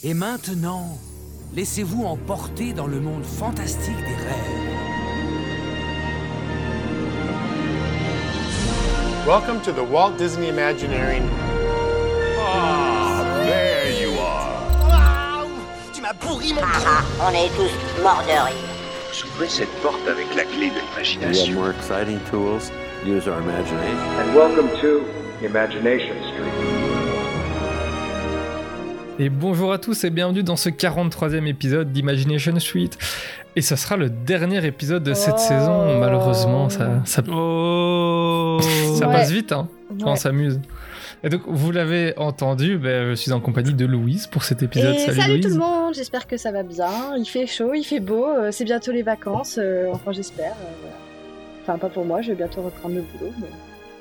Et maintenant, laissez-vous emporter dans le monde fantastique des rêves. Welcome to the Walt Disney Imagineering. Ah, there you are. Waouh, tu m'as pourri mon trou. On est tous morts de rire. Ouvrez cette porte avec la clé de We have l'imagination. more exciting tools. Use our imagination. And welcome to Imagination Street. Et bonjour à tous et bienvenue dans ce 43e épisode d'Imagination Suite. Et ce sera le dernier épisode de cette saison, malheureusement, ça passe vite, hein, quand on s'amuse. Et donc, vous l'avez entendu, je suis en compagnie de Louise pour cet épisode. Et Salut salut Louise. tout le monde, j'espère que ça va bien. Il fait chaud, il fait beau, c'est bientôt les vacances, enfin j'espère. Voilà. Enfin, pas pour moi, je vais bientôt reprendre le boulot. Mais...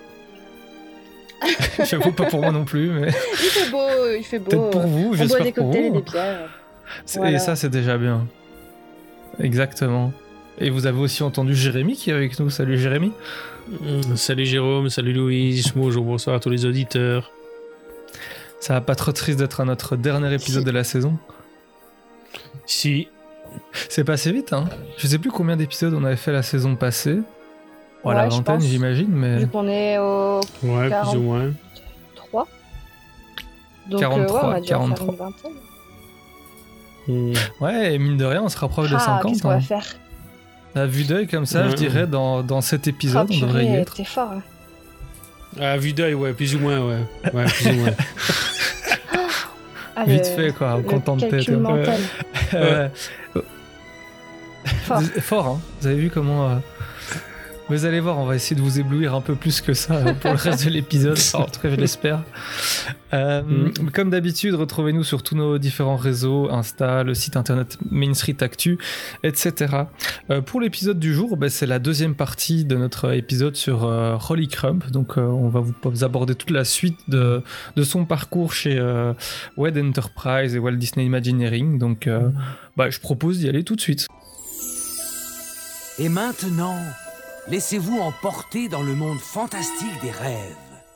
J'avoue, pas pour moi non plus, mais il fait beau. peut-être pour vous, On boit j'espère des pour cocktails et vous. des bières. Et ça, c'est déjà bien. Exactement. Et vous avez aussi entendu Jérémy qui est avec nous. Salut Jérémy. Salut Jérôme, salut Louise, bonjour, bonsoir à tous les auditeurs. Ça va pas trop triste d'être à notre dernier épisode de la saison? Si. C'est passé vite, hein. Je sais plus combien d'épisodes on avait fait la saison passée. Voilà, Ouais, je vingtaine, pense. j'imagine, mais... Vu qu'on est au Ouais, 40. plus ou moins. 3. Donc 43, on a dû en 43. faire une vingtaine. Ouais, et mine de rien, on se rapproche de 50. Qu'est-ce qu'on hein. va faire? À vue d'œil, comme ça, je dirais, dans cet épisode, on devrait y purée, être. t'es fort. Hein. À vue d'œil, ouais, plus ou moins, ouais. Ouais, plus ou moins. Ah, Vite fait, quoi, le content de tête. calcul mental. Ouais. Fort. Fort, hein. Vous avez vu comment... Vous allez voir, on va essayer de vous éblouir un peu plus que ça pour le reste de l'épisode. Enfin, en tout cas, je l'espère. Comme d'habitude, retrouvez-nous sur tous nos différents réseaux, Insta, le site internet Main Street Actu, etc. Pour l'épisode du jour, c'est la deuxième partie de notre épisode sur Rolly Crump. Donc, on va vous aborder toute la suite de son parcours chez WED Enterprise et Walt Disney Imagineering. Donc, je propose d'y aller tout de suite. Et maintenant, laissez-vous emporter dans le monde fantastique des rêves.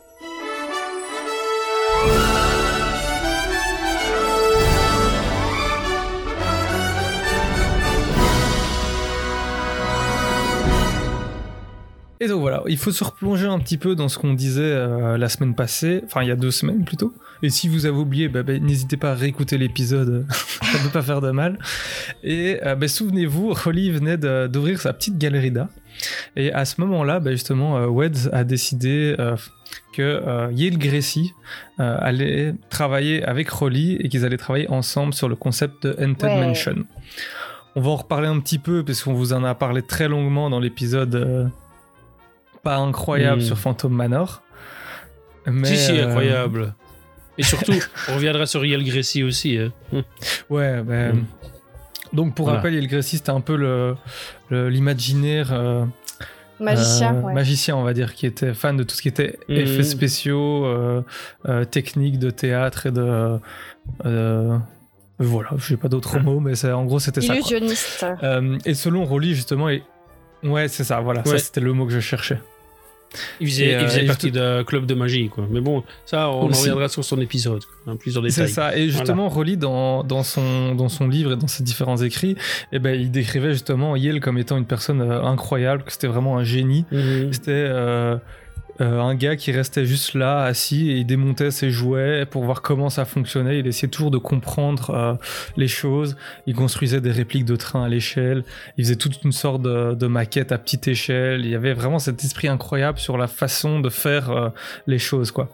Et donc voilà, il faut se replonger un petit peu dans ce qu'on disait la semaine passée, enfin il y a 2 semaines plutôt. Et si vous avez oublié, n'hésitez pas à réécouter l'épisode, ça ne peut pas faire de mal. Et souvenez-vous, Rolly venait d'ouvrir sa petite galerie d'art. Et à ce moment-là, justement, WED a décidé que Yale Gracie allait travailler avec Rolly et qu'ils allaient travailler ensemble sur le concept de Haunted Mansion. On va en reparler un petit peu parce qu'on vous en a parlé très longuement dans l'épisode pas incroyable sur Phantom Manor. Mais, Si, incroyable. Et surtout, on reviendra sur Yale Gracie aussi. Hein. Ouais, donc pour rappel, Yale Gracie, c'était un peu l'imaginaire... magicien, on va dire, qui était fan de tout ce qui était effets spéciaux, techniques de théâtre et de... voilà, je n'ai pas d'autres mots, mais en gros, c'était ça. Illusionniste. Et selon Rolly, justement, ouais, c'est ça, voilà, ça c'était le mot que je cherchais. Il faisait partie d'un club de magie, quoi. Mais bon, ça, on en reviendra sur son épisode, plus en détail. C'est ça, et justement, Rolly, dans son livre et dans ses différents écrits, il décrivait justement Yale comme étant une personne incroyable, que c'était vraiment un génie. C'était un gars qui restait juste là, assis, et il démontait ses jouets pour voir comment ça fonctionnait. Il essayait toujours de comprendre les choses. Il construisait des répliques de trains à l'échelle. Il faisait toute une sorte de maquette à petite échelle. Il y avait vraiment cet esprit incroyable sur la façon de faire les choses, quoi.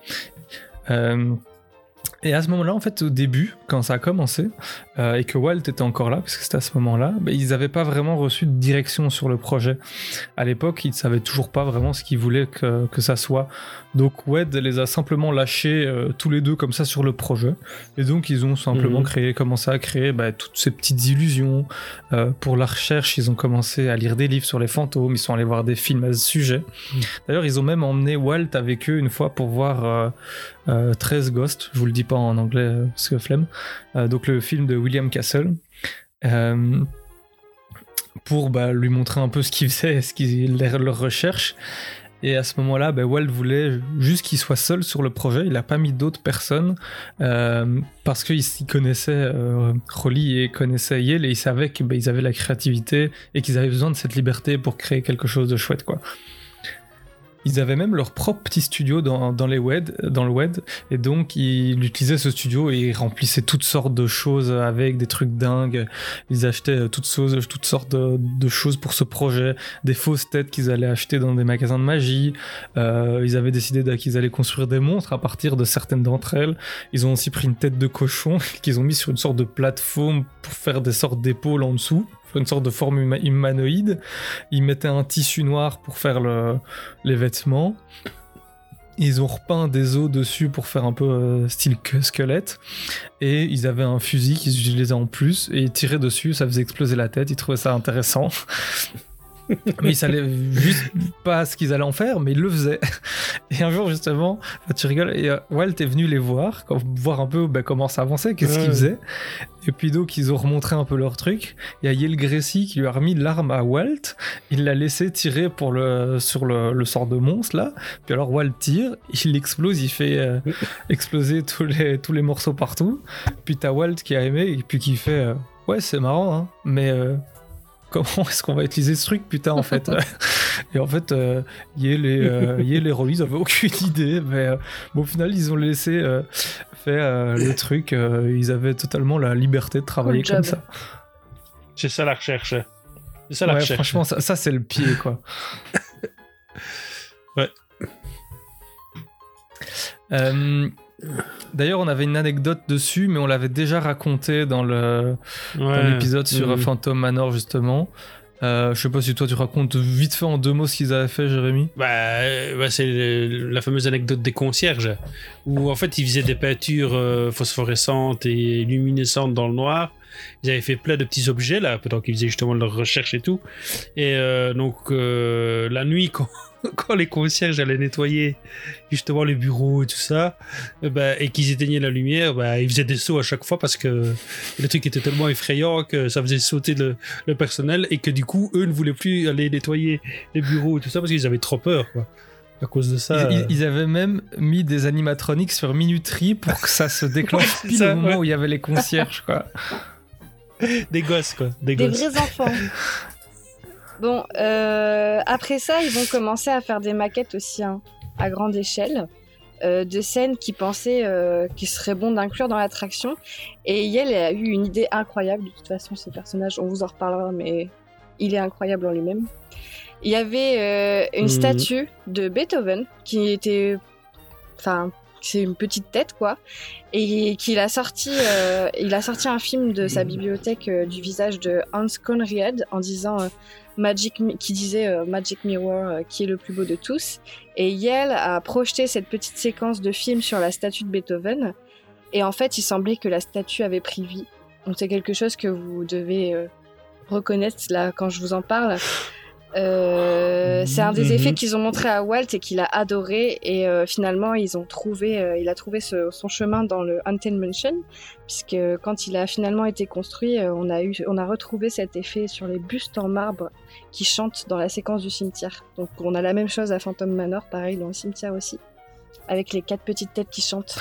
Et à ce moment-là, en fait, au début, quand ça a commencé, et que Walt était encore là, parce que c'était à ce moment-là, ils n'avaient pas vraiment reçu de direction sur le projet. À l'époque, ils ne savaient toujours pas vraiment ce qu'ils voulaient que ça soit. Donc WED les a simplement lâchés tous les deux comme ça sur le projet. Et donc, ils ont simplement commencé à créer toutes ces petites illusions. Pour la recherche, ils ont commencé à lire des livres sur les fantômes, ils sont allés voir des films à ce sujet. D'ailleurs, ils ont même emmené Walt avec eux une fois pour voir 13 Ghosts, je vous le dis pas en anglais parce que flemme, donc le film de William Castle, pour lui montrer un peu ce qu'ils faisaient, leur recherche. Et à ce moment-là, Walt voulait juste qu'il soit seul sur le projet. Il n'a pas mis d'autres personnes parce qu'il connaissait Rolly et connaissait Yale, et il savait qu'ils avaient la créativité et qu'ils avaient besoin de cette liberté pour créer quelque chose de chouette, quoi. Ils avaient même leur propre petit studio dans le web, et donc ils utilisaient ce studio et ils remplissaient toutes sortes de choses avec des trucs dingues. Ils achetaient toutes sortes de choses pour ce projet, des fausses têtes qu'ils allaient acheter dans des magasins de magie. Ils avaient décidé qu'ils allaient construire des monstres à partir de certaines d'entre elles. Ils ont aussi pris une tête de cochon qu'ils ont mis sur une sorte de plateforme pour faire des sortes d'épaules en dessous, une sorte de forme humanoïde. Ils mettaient un tissu noir pour faire les vêtements. Ils ont repeint des os dessus pour faire un peu style squelette. Et ils avaient un fusil qu'ils utilisaient en plus, et ils tiraient dessus, ça faisait exploser la tête. Ils trouvaient ça intéressant. Mais ils savaient juste pas ce qu'ils allaient en faire, mais ils le faisaient. Et un jour, justement, tu rigoles, et Walt est venu les voir un peu comment ça avançait, qu'est-ce qu'ils faisaient. Et puis donc, ils ont remontré un peu leur truc. Il y a Yale Gracie qui lui a remis l'arme à Walt. Il l'a laissé tirer sur le sort de monstre, là. Puis alors, Walt tire, il explose, il fait exploser tous les morceaux partout. Puis t'as Walt qui a aimé, et puis qui fait ouais, c'est marrant, hein, mais... comment est-ce qu'on va utiliser ce truc, putain, en fait. Et en fait, Yale et Rolly, ils avaient aucune idée, mais au final, ils ont laissé faire le truc. Ils avaient totalement la liberté de travailler comme ça. C'est ça la recherche. C'est ça la recherche. Franchement, ça c'est le pied, quoi. Ouais. D'ailleurs, on avait une anecdote dessus, mais on l'avait déjà raconté dans l'épisode sur Phantom Manor, justement. Je sais pas si toi tu racontes vite fait en 2 mots ce qu'ils avaient fait, Jérémy. C'est la fameuse anecdote des concierges, où en fait ils faisaient des peintures phosphorescentes et luminescentes dans le noir. Ils avaient fait plein de petits objets là, pendant qu'ils faisaient justement leurs recherches et tout. Et donc la nuit, quand les concierges allaient nettoyer justement les bureaux et tout ça, et qu'ils éteignaient la lumière, ils faisaient des sauts à chaque fois parce que le truc était tellement effrayant que ça faisait sauter le personnel, et que du coup eux ne voulaient plus aller nettoyer les bureaux et tout ça parce qu'ils avaient trop peur, quoi. À cause de ça, ils avaient même mis des animatronics sur minuterie pour que ça se déclenche pile au moment où il y avait les concierges, quoi. Des gosses, quoi. Des vrais enfants. Bon, après ça, ils vont commencer à faire des maquettes aussi, hein, à grande échelle, de scènes qu'ils pensaient qu'il serait bon d'inclure dans l'attraction. Et Yale a eu une idée incroyable. De toute façon, ce personnage, on vous en reparlera, mais il est incroyable en lui-même. Il y avait une statue de Beethoven qui était... Enfin, c'est une petite tête, quoi. Et qu'il a sorti... il a sorti un film de sa bibliothèque du visage de Hans Conried en disant... qui disait Magic Mirror, qui est le plus beau de tous. Et Yale a projeté cette petite séquence de film sur la statue de Beethoven. Et en fait, il semblait que la statue avait pris vie. Donc c'est quelque chose que vous devez reconnaître là quand je vous en parle. C'est un des effets qu'ils ont montré à Walt et qu'il a adoré, et finalement il a trouvé son chemin dans le Haunted Mansion, puisque quand il a finalement été construit, on a retrouvé cet effet sur les bustes en marbre qui chantent dans la séquence du cimetière. Donc on a la même chose à Phantom Manor, pareil dans le cimetière aussi, avec les 4 petites têtes qui chantent.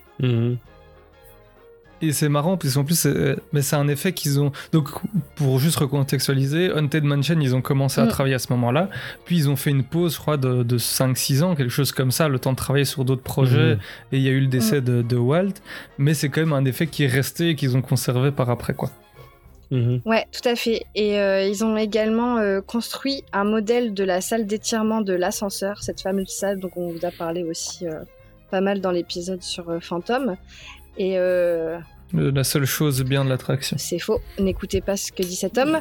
Et c'est marrant, parce qu'en plus, c'est un effet qu'ils ont... Donc, pour juste recontextualiser, Haunted Mansion, ils ont commencé à travailler à ce moment-là, puis ils ont fait une pause, je crois, de 5-6 ans, quelque chose comme ça, le temps de travailler sur d'autres projets, et il y a eu le décès de Walt, mais c'est quand même un effet qui est resté et qu'ils ont conservé par après, quoi. Ouais, tout à fait. Et ils ont également construit un modèle de la salle d'étirement de l'ascenseur, cette fameuse salle dont on vous a parlé aussi pas mal dans l'épisode sur Phantom. Et la seule chose bien de l'attraction. C'est faux, n'écoutez pas ce que dit cet homme.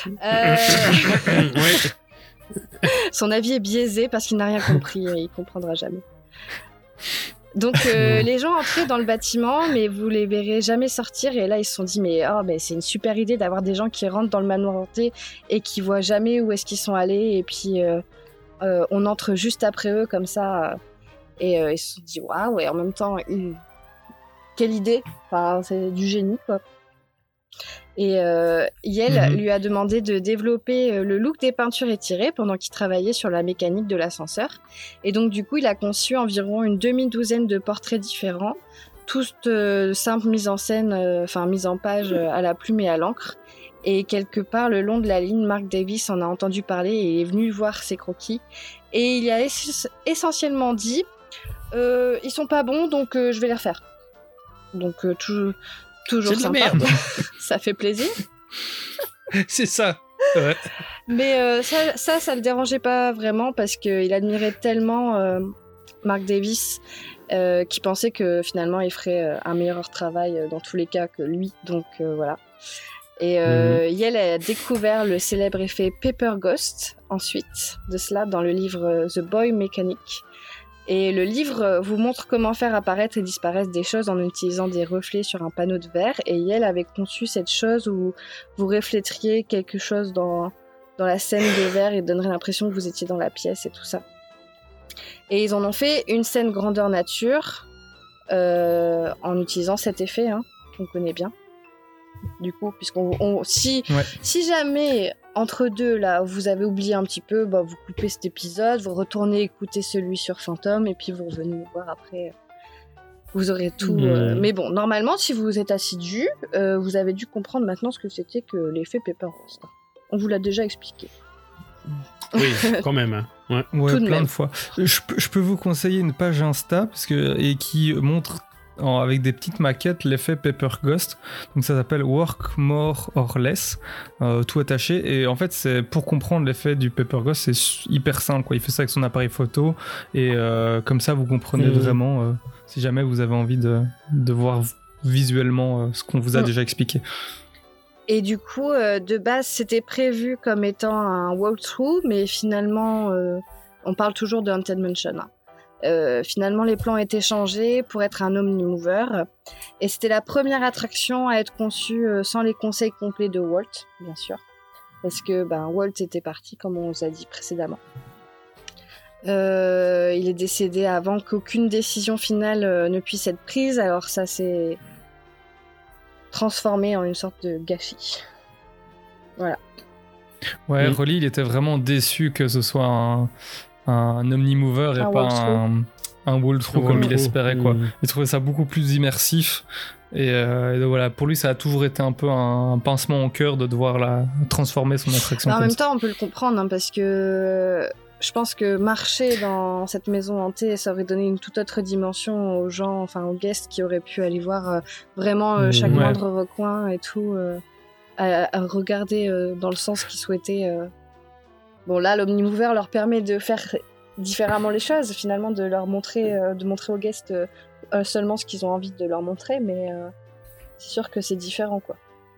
Son avis est biaisé parce qu'il n'a rien compris et il comprendra jamais. Donc les gens entraient dans le bâtiment, mais vous les verrez jamais sortir. Et là ils se sont dit mais c'est une super idée d'avoir des gens qui rentrent dans le manoir hanté et qui voient jamais où est-ce qu'ils sont allés, et puis on entre juste après eux comme ça. Et ils se sont dit waouh, et en même temps quelle idée, enfin, c'est du génie, quoi. Et Yale lui a demandé de développer le look des peintures étirées pendant qu'il travaillait sur la mécanique de l'ascenseur. Et donc, du coup, il a conçu environ une demi-douzaine de portraits différents, tous simples mises en scène, mises en page à la plume et à l'encre. Et quelque part, le long de la ligne, Mark Davis en a entendu parler et est venu voir ses croquis. Et il a essentiellement dit ils sont pas bons, donc je vais les refaire. Donc, toujours sympa. C'est de la merde. Ça fait plaisir. C'est ça. Ouais. Mais ça le dérangeait pas vraiment parce qu'il admirait tellement Mark Davis qu'il pensait que finalement il ferait un meilleur travail dans tous les cas que lui. Donc voilà. Et Yale a découvert le célèbre effet Paper Ghost ensuite de cela dans le livre The Boy Mechanic. Et le livre vous montre comment faire apparaître et disparaître des choses en utilisant des reflets sur un panneau de verre. Et Yale avait conçu cette chose où vous refléteriez quelque chose dans la scène de verre et donnerait l'impression que vous étiez dans la pièce et tout ça. Et ils en ont fait une scène grandeur nature en utilisant cet effet qu'on connaît bien. Du coup, si jamais entre deux là vous avez oublié un petit peu, vous coupez cet épisode, vous retournez écouter celui sur Phantom et puis vous revenez nous voir après. Vous aurez tout. Mais bon, normalement, si vous êtes assidu, vous avez dû comprendre maintenant ce que c'était que l'effet Paper Ghost. On vous l'a déjà expliqué. Oui, quand même. Hein. Ouais, plein de fois. Je peux vous conseiller une page Insta et qui montre avec des petites maquettes l'effet Paper Ghost. Donc ça s'appelle Work More or Less, tout attaché. Et en fait, c'est pour comprendre l'effet du Paper Ghost, c'est hyper simple, quoi. Il fait ça avec son appareil photo et comme ça vous comprenez vraiment si jamais vous avez envie de voir visuellement ce qu'on vous a déjà expliqué. Et du coup, de base, c'était prévu comme étant un walkthrough, mais finalement, on parle toujours de Haunted Mansion. Finalement, les plans étaient changés pour être un Omnimover. Et c'était la première attraction à être conçue sans les conseils complets de Walt, bien sûr. Parce que Walt était parti, comme on vous a dit précédemment. Il est décédé avant qu'aucune décision finale ne puisse être prise. Alors ça s'est transformé en une sorte de gâchis. Voilà. Ouais, Rolly, il était vraiment déçu que ce soit un Omnimover et pas un walkthrough comme il espérait, quoi. Il trouvait ça beaucoup plus immersif et donc voilà, pour lui ça a toujours été un peu un pincement au cœur de devoir transformer son attraction. En même temps, on peut le comprendre parce que je pense que marcher dans cette maison hantée, ça aurait donné une toute autre dimension aux gens, aux guests qui auraient pu aller voir vraiment chaque moindre recoin et tout, à regarder dans le sens qu'ils souhaitaient. Bon, là, l'Omnimover leur permet de faire différemment les choses, finalement, de leur montrer, de montrer aux guests seulement ce qu'ils ont envie de leur montrer, mais c'est sûr que c'est différent, quoi.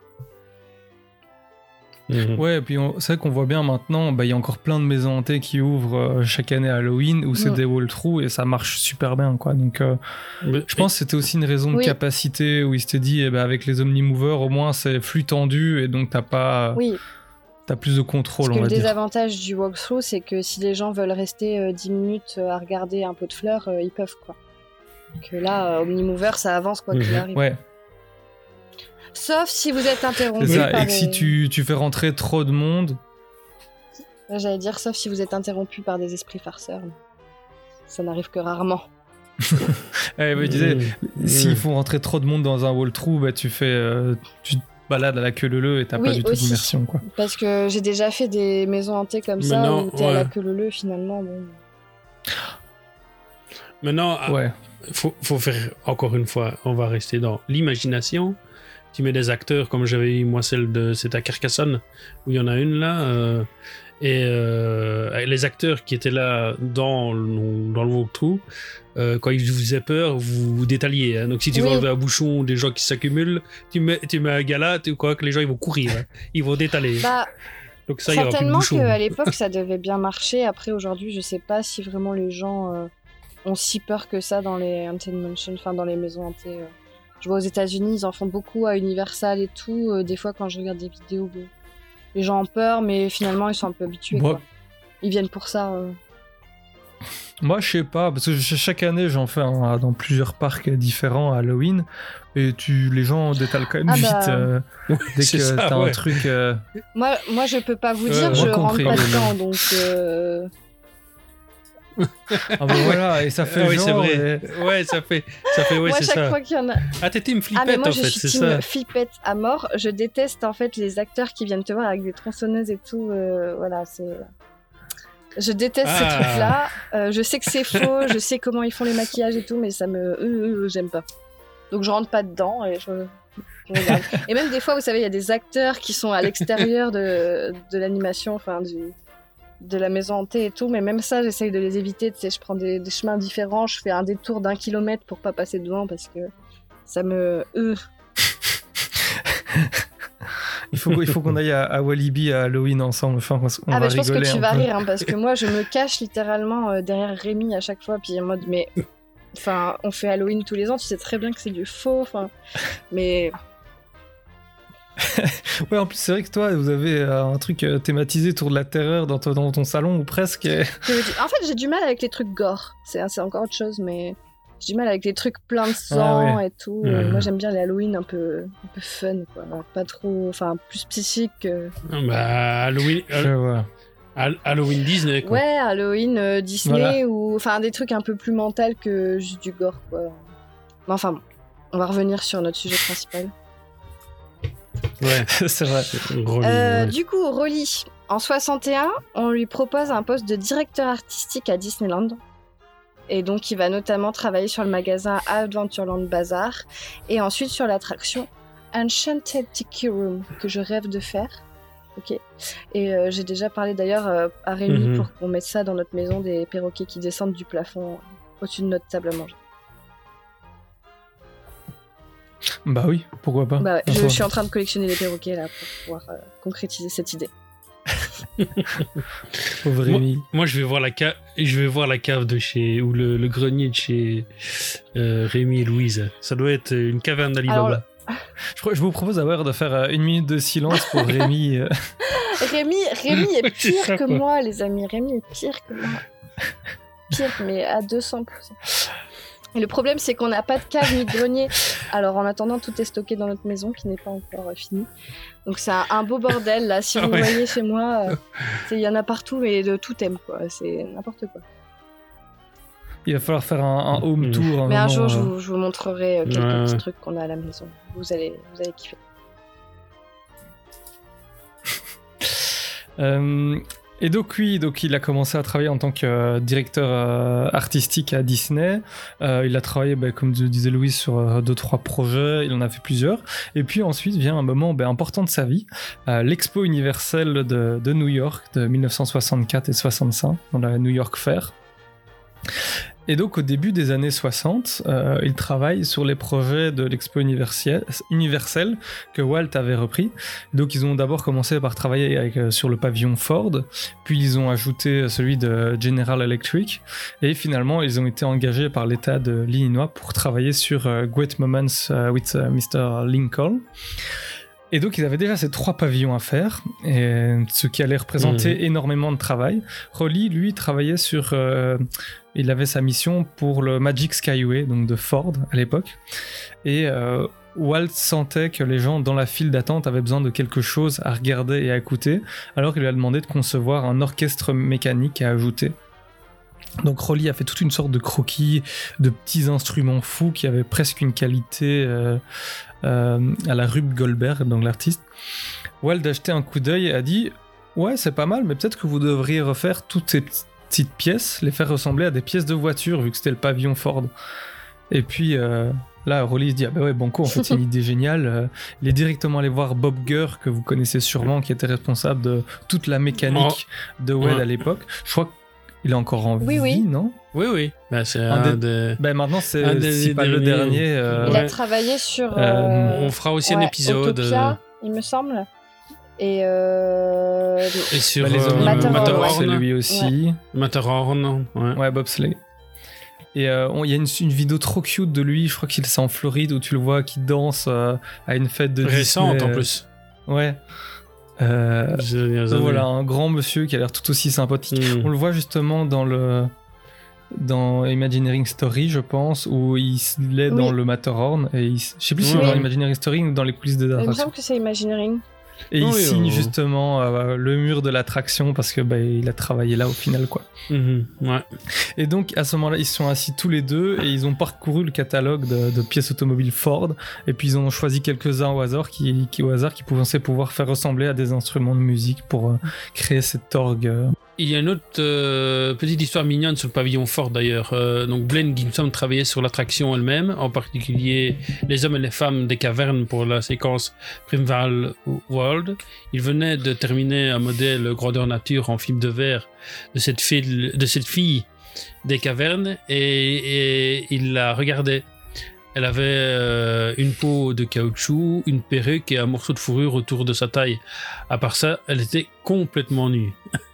Ouais, et puis c'est vrai qu'on voit bien maintenant, il y a encore plein de maisons hantées qui ouvrent chaque année à Halloween où c'est des walkthroughs et ça marche super bien, quoi. Donc je pense que c'était aussi une raison de capacité où ils s'étaient dit avec les Omnimovers au moins c'est flux tendu et donc t'as plus de contrôle. Parce que le désavantage du walkthrough, c'est que si les gens veulent rester 10 minutes à regarder un pot de fleurs, ils peuvent, quoi. Donc là, Omnimover, ça avance quoi qu'il arrive. Ouais. Sauf si vous êtes interrompu par et que si tu fais rentrer trop de monde... J'allais dire, sauf si vous êtes interrompu par des esprits farceurs. Ça n'arrive que rarement. Je disais, s'ils font rentrer trop de monde dans un walkthrough, tu te balades à la queue leu et t'as pas du tout d'immersion, quoi. Parce que j'ai déjà fait des maisons hantées comme ça où t'es à la queue leu finalement. Bon. Maintenant, faut faire, encore une fois, on va rester dans l'imagination. Tu mets des acteurs, comme j'avais eu moi celle de c'est à Carcassonne, où il y en a une là, les acteurs qui étaient là dans le walkthrough, quand ils vous faisaient peur, vous détaliez. Hein. Donc si tu veux enlever un bouchon, des gens qui s'accumulent, tu mets un gars là, tu crois que les gens ils vont courir, hein. Ils vont détaler. Donc ça, certainement qu'à l'époque ça devait bien marcher. Après aujourd'hui, je sais pas si vraiment les gens ont si peur que ça dans les Haunted Mansion, dans les maisons hantées. Je vois aux États-Unis, ils en font beaucoup à Universal et tout. Des fois, quand je regarde des vidéos, les gens ont peur, mais finalement, ils sont un peu habitués. Quoi. Ils viennent pour ça. Moi, je sais pas, parce que chaque année, j'en fais dans plusieurs parcs différents à Halloween, et les gens détalent quand même vite dès c'est que ça, t'as ouais. un truc. Moi, je peux pas vous dire, moi je rentre compris. pas dedans, donc... Ah bah voilà, et ça fait Ah oui, c'est genre. vrai. Ouais, ça fait, ouais, moi, c'est chaque ça. fois qu'il y en a... Ah, t'es team Ah, mais flippette moi, en je fait, suis c'est team ça. flippette à mort. Je déteste, en fait, les acteurs qui viennent te voir avec des tronçonneuses et tout. Voilà, c'est... Je déteste ces trucs-là. Je sais que c'est faux, je sais comment ils font les maquillages et tout, mais ça me... j'aime pas. Donc, je rentre pas dedans et je regarde. Et même des fois, vous savez, il y a des acteurs qui sont à l'extérieur de l'animation, enfin, de la maison hantée et tout, mais même ça, j'essaye de les éviter. Tu sais, je prends des chemins différents, je fais un détour d'1 kilomètre pour pas passer devant parce que ça me... Il faut qu'on aille à Walibi à Halloween ensemble. Enfin, on va je pense que rigoler tu un vas peu. rire, hein, parce que moi, je me cache littéralement derrière Rémi à chaque fois, puis en mode, mais... Enfin, on fait Halloween tous les ans, tu sais très bien que c'est du faux, enfin... Mais... Ouais, en plus, c'est vrai que toi, vous avez un truc thématisé autour de la terreur dans ton salon, ou presque. En fait, j'ai du mal avec les trucs gore. C'est encore autre chose, mais... J'ai du mal avec les trucs pleins de sang et tout. Moi, j'aime bien les Halloween un peu fun, quoi. Pas trop... Enfin, plus psychique que... Bah, Halloween... Halloween Disney, quoi. Ouais, Halloween Disney, Voilà. ou... Enfin, des trucs un peu plus mental que juste du gore, quoi. Mais enfin, bon. On va revenir sur notre sujet principal. Ouais, c'est vrai. Ouais. Du coup, Rolly, en 61, on lui propose un poste de directeur artistique à Disneyland. Et donc, il va notamment travailler sur le magasin Adventureland Bazaar et ensuite sur l'attraction Enchanted Tiki Room, que je rêve de faire. Ok. Et j'ai déjà parlé d'ailleurs à Rémi pour qu'on mette ça dans notre maison, des perroquets qui descendent du plafond au-dessus de notre table à manger. Bah oui, pourquoi pas. Bah ouais, je suis en train de collectionner les perroquets là pour pouvoir concrétiser cette idée. Pauvre Rémi. Moi, je vais voir la cave de chez, ou le grenier de chez Rémi et Louise. Ça doit être une caverne d'Alibaba. Je vous propose d'abord de faire 1 minute de silence pour Rémi. Rémi est pire que moi, les amis. Rémi est pire que moi. Pire, mais à 200%. Et le problème, c'est qu'on n'a pas de cave ni de grenier. Alors, en attendant, tout est stocké dans notre maison qui n'est pas encore fini. Donc, c'est un beau bordel, là. Si vous voyez chez moi, il y en a partout et de tout thème, quoi. C'est n'importe quoi. Il va falloir faire un home tour. Mais un jour, je vous montrerai quelques petits trucs qu'on a à la maison. Vous allez kiffer. Et donc oui, il a commencé à travailler en tant que directeur artistique à Disney. Il a travaillé, comme disait Louise, sur 2-3 projets. Il en a fait plusieurs. Et puis ensuite vient un moment important de sa vie, l'Expo universelle de New York de 1964 et 65, dans la New York Fair. Et donc au début des années 60, il travaille sur les projets de l'Expo universelle que Walt avait repris. Donc ils ont d'abord commencé par travailler sur le pavillon Ford, puis ils ont ajouté celui de General Electric, et finalement ils ont été engagés par l'État de l'Illinois pour travailler sur Great Moments with Mr. Lincoln. Et donc ils avaient déjà ces 3 pavillons à faire, et ce qui allait représenter énormément de travail. Rolly, lui, travaillait sur... il avait sa mission pour le Magic Skyway, donc de Ford à l'époque. Et Walt sentait que les gens dans la file d'attente avaient besoin de quelque chose à regarder et à écouter, alors il lui a demandé de concevoir un orchestre mécanique à ajouter. Donc Rolly a fait toute une sorte de croquis, de petits instruments fous qui avaient presque une qualité à la Rube Goldberg, donc l'artiste. Walt a jeté un coup d'œil et a dit « Ouais, c'est pas mal, mais peut-être que vous devriez refaire toutes ces petites pièces, les faire ressembler à des pièces de voiture, vu que c'était le pavillon Ford. » Et puis là, Rolly se dit « Ah bah ouais, banco, en fait c'est une idée géniale. » Il est directement allé voir Bob Gurr, que vous connaissez sûrement, qui était responsable de toute la mécanique de Wade à l'époque. Je crois qu'il est encore en vie, non ? Oui. Bah, c'est maintenant, c'est pas le dernier. Il a travaillé sur... on fera aussi un épisode... Utopia, il me semble. Et sur Matterhorn, c'est lui aussi. Matterhorn, ouais, bobsleigh. Et il y a une vidéo trop cute de lui, je crois qu'il est en Floride, où tu le vois qui danse à une fête de récente Disney. En plus. Ouais. Voilà, un grand monsieur qui a l'air tout aussi sympathique. On le voit justement dans le dans Imagineering Story, je pense, où il est dans le Matterhorn. Et je sais plus si c'est dans Imagineering Story ou dans les coulisses de Il me l'attraction. semble que c'est Imagineering. Et il signe justement le mur de l'attraction parce que il a travaillé là au final, quoi. Ouais. Et donc à ce moment-là, ils se sont assis tous les deux et ils ont parcouru le catalogue de pièces automobiles Ford. Et puis ils ont choisi quelques-uns au hasard qui pensaient pouvoir faire ressembler à des instruments de musique pour créer cette orgue. Il y a une autre petite histoire mignonne sur le pavillon Ford d'ailleurs. Donc Blaine Gibson travaillait sur l'attraction elle-même, en particulier les hommes et les femmes des cavernes pour la séquence Primeval World. Il venait de terminer un modèle grandeur nature en fibre de verre de cette fille des cavernes et il la regardait. Elle avait une peau de caoutchouc, une perruque et un morceau de fourrure autour de sa taille. À part ça, elle était complètement nue.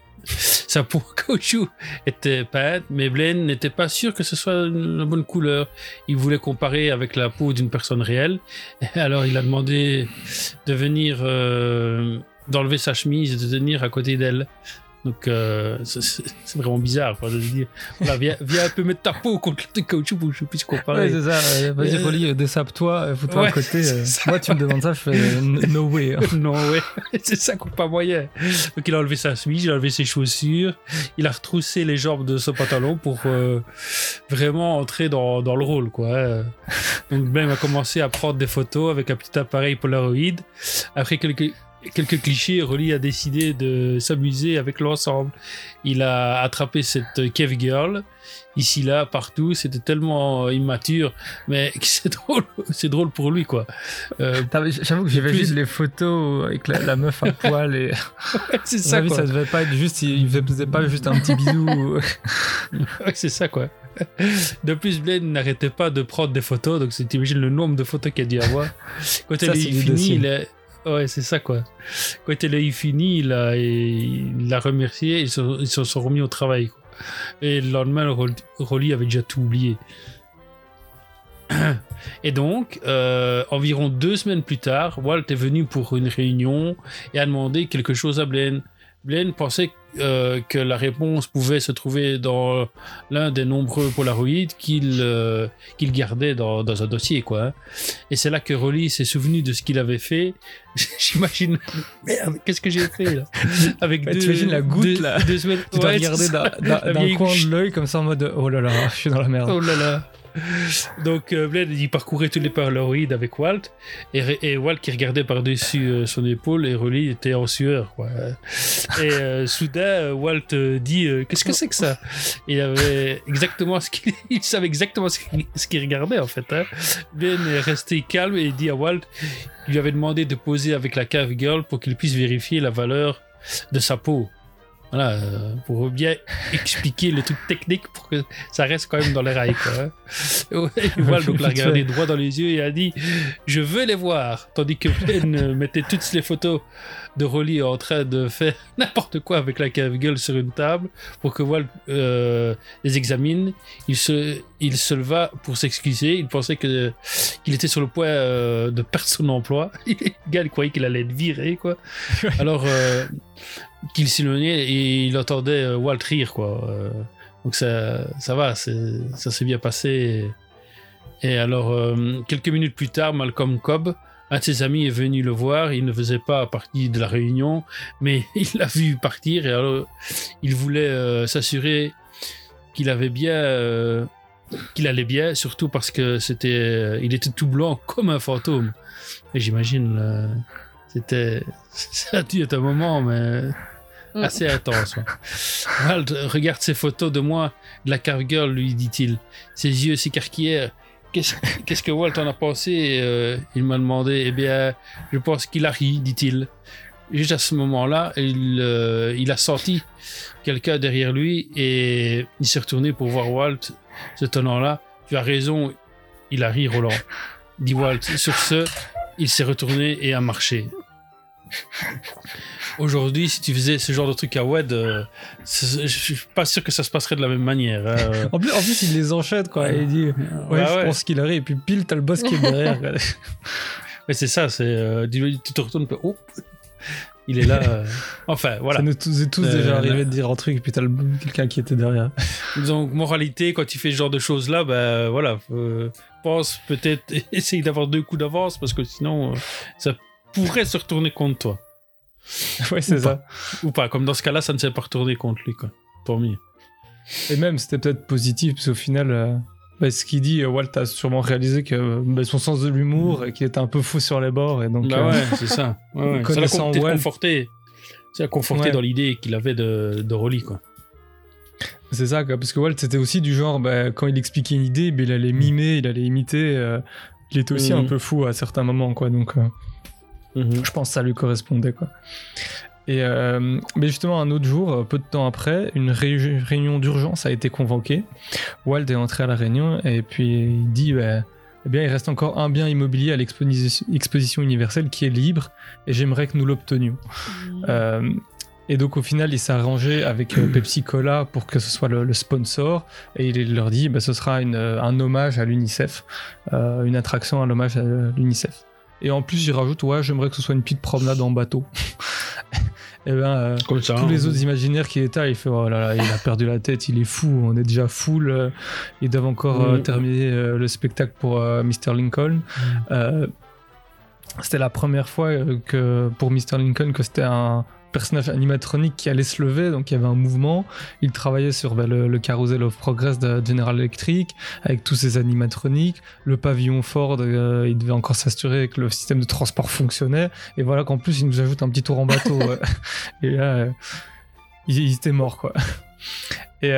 Sa peau caoutchouc était peinte, mais Blaine n'était pas sûr que ce soit la bonne couleur. Il voulait comparer avec la peau d'une personne réelle. Et alors il a demandé de venir d'enlever sa chemise et de tenir à côté d'elle. Donc c'est vraiment bizarre, quoi, de dire voilà, viens un peu mettre ta peau contre le caoutchouc pour que je puisse comparer. Ouais, c'est ça, vas-y Rolly, dessape-toi, fous-toi à côté. Moi tu me demandes ça, je fais no way. No way, c'est ça qu'on pas moyen. Donc il a enlevé sa chemise, il a enlevé ses chaussures, il a retroussé les jambes de son pantalon pour vraiment entrer dans le rôle, quoi. Donc Ben a commencé à prendre des photos avec un petit appareil Polaroid. Après quelques clichés, Rolly a décidé de s'amuser avec l'ensemble. Il a attrapé cette Cave Girl, ici, là, partout. C'était tellement immature, mais c'est drôle pour lui, quoi. J'avoue que j'avais vu les photos avec la meuf à poil et... c'est ça, quoi. Ça devait pas être juste, il faisait pas juste un petit bisou. Ouais, c'est ça, quoi. De plus, Blaine n'arrêtait pas de prendre des photos, donc t'imagines le nombre de photos qu'il y a dû avoir. Quand elle est finie, ouais, c'est ça, quoi. Quand elle a eu fini, il l'a remercié, ils se sont remis au travail, quoi. Et le lendemain, Rolly avait déjà tout oublié. Et donc, environ 2 semaines plus tard, Walt est venu pour une réunion et a demandé quelque chose à Blaine. Blaine pensait que la réponse pouvait se trouver dans l'un des nombreux Polaroids qu'il gardait dans un dossier, quoi. Et c'est là que Rolly s'est souvenu de ce qu'il avait fait. J'imagine, merde, qu'est-ce que j'ai fait là? Avec t'imagines la goutte là. 2 semaines. Tu dois regarder d'un coin de l'œil comme ça en mode oh là là, je suis dans la merde. Oh là là. Donc Blaine il parcourait tous les Polaroids avec Walt et Walt qui regardait par-dessus son épaule et Rolly était en sueur, quoi. Et soudain Walt dit qu'est-ce que c'est que ça? Il avait exactement il savait exactement ce qu'il regardait, en fait, hein. Blaine est resté calme et dit à Walt qu'il lui avait demandé de poser avec la Cave Girl pour qu'il puisse vérifier la valeur de sa peau. Voilà, pour bien expliquer le truc technique pour que ça reste quand même dans les rails, quoi. Et Walt donc l'a regardé droit dans les yeux et a dit « Je veux les voir !» Tandis que Blaine mettait toutes les photos de Rolly en train de faire n'importe quoi avec la Cave Girl sur une table pour que Walt les examine. Il se leva pour s'excuser. Il pensait qu'il était sur le point de perdre son emploi. Le gars croyait qu'il allait être viré, quoi. Alors... qu'il s'éloignait et il entendait Walt rire, quoi. Donc ça va, ça s'est bien passé. Et alors, quelques minutes plus tard, Malcolm Cobb, un de ses amis, est venu le voir. Il ne faisait pas partie de la réunion, mais il l'a vu partir et alors il voulait s'assurer qu'il allait bien, surtout parce que il était tout blanc comme un fantôme. Et j'imagine, ça a dû être un moment, mais assez intense. Walt regarde ces photos de moi, de la Cave Girl, lui dit-il. Ses yeux s'écarquillèrent. Qu'est-ce que Walt en a pensé? Il m'a demandé. Eh bien, je pense qu'il a ri, dit-il. Juste à ce moment-là, il a senti quelqu'un derrière lui et il s'est retourné pour voir Walt. Ce tenant-là, tu as raison, il a ri, Roland, dit Walt. Sur ce, il s'est retourné et a marché. Aujourd'hui, si tu faisais ce genre de truc à WED, je suis pas sûr que ça se passerait de la même manière. En plus, il les enchaîne, quoi. Et il dit je pense qu'il arrive. Et puis pile, t'as le boss qui est derrière. Ouais, c'est ça. Tu te retournes. Oh. Il est là. Enfin, voilà. Ça nous est tous déjà arrivé de dire un truc et puis t'as quelqu'un qui était derrière. Donc, moralité, quand tu fais ce genre de choses-là, bah voilà, pense peut-être essayer d'avoir 2 coups d'avance parce que sinon, ça pourrait se retourner contre toi. Ouais, c'est ça. Ou pas, comme dans ce cas-là, ça ne s'est pas retourné contre lui, quoi. Tant mieux. Et même, c'était peut-être positif parce qu'au final, ce qu'il dit, Walt a sûrement réalisé que son sens de l'humour et qu'il était un peu fou sur les bords et donc. Bah ouais, c'est ça. Ouais. Ça l'a peut-être conforté. Ça l'a conforté dans l'idée qu'il avait de Rolly, quoi. C'est ça, quoi, parce que Walt c'était aussi du genre, quand il expliquait une idée, il allait mimer, il allait imiter. Il était aussi un peu fou à certains moments, quoi. Donc, je pense que ça lui correspondait, quoi. Et mais justement, un autre jour, peu de temps après, une réunion d'urgence a été convoquée. Walt est entré à la réunion et puis il dit eh bien, il reste encore un bien immobilier à l'exposition universelle qui est libre et j'aimerais que nous l'obtenions. Et donc au final, il s'est arrangé avec Pepsi Cola pour que ce soit le sponsor et il leur dit ce sera un hommage à l'UNICEF, une attraction, un hommage à l'UNICEF. Et en plus, il rajoute j'aimerais que ce soit une petite promenade en bateau. Et comme ça, tous les autres imaginaires qui étaient là, il fait oh là là, il a perdu la tête, il est fou, on est déjà full, ils doivent encore terminer le spectacle pour Mr. Lincoln. C'était la première fois que pour Mr. Lincoln que c'était un personnage animatronique qui allait se lever, donc il y avait un mouvement. Il travaillait sur le Carousel of Progress de General Electric avec tous ses animatroniques. Le pavillon Ford, il devait encore s'assurer que le système de transport fonctionnait. Et voilà qu'en plus il nous ajoute un petit tour en bateau. Et là, il était mort, quoi. Et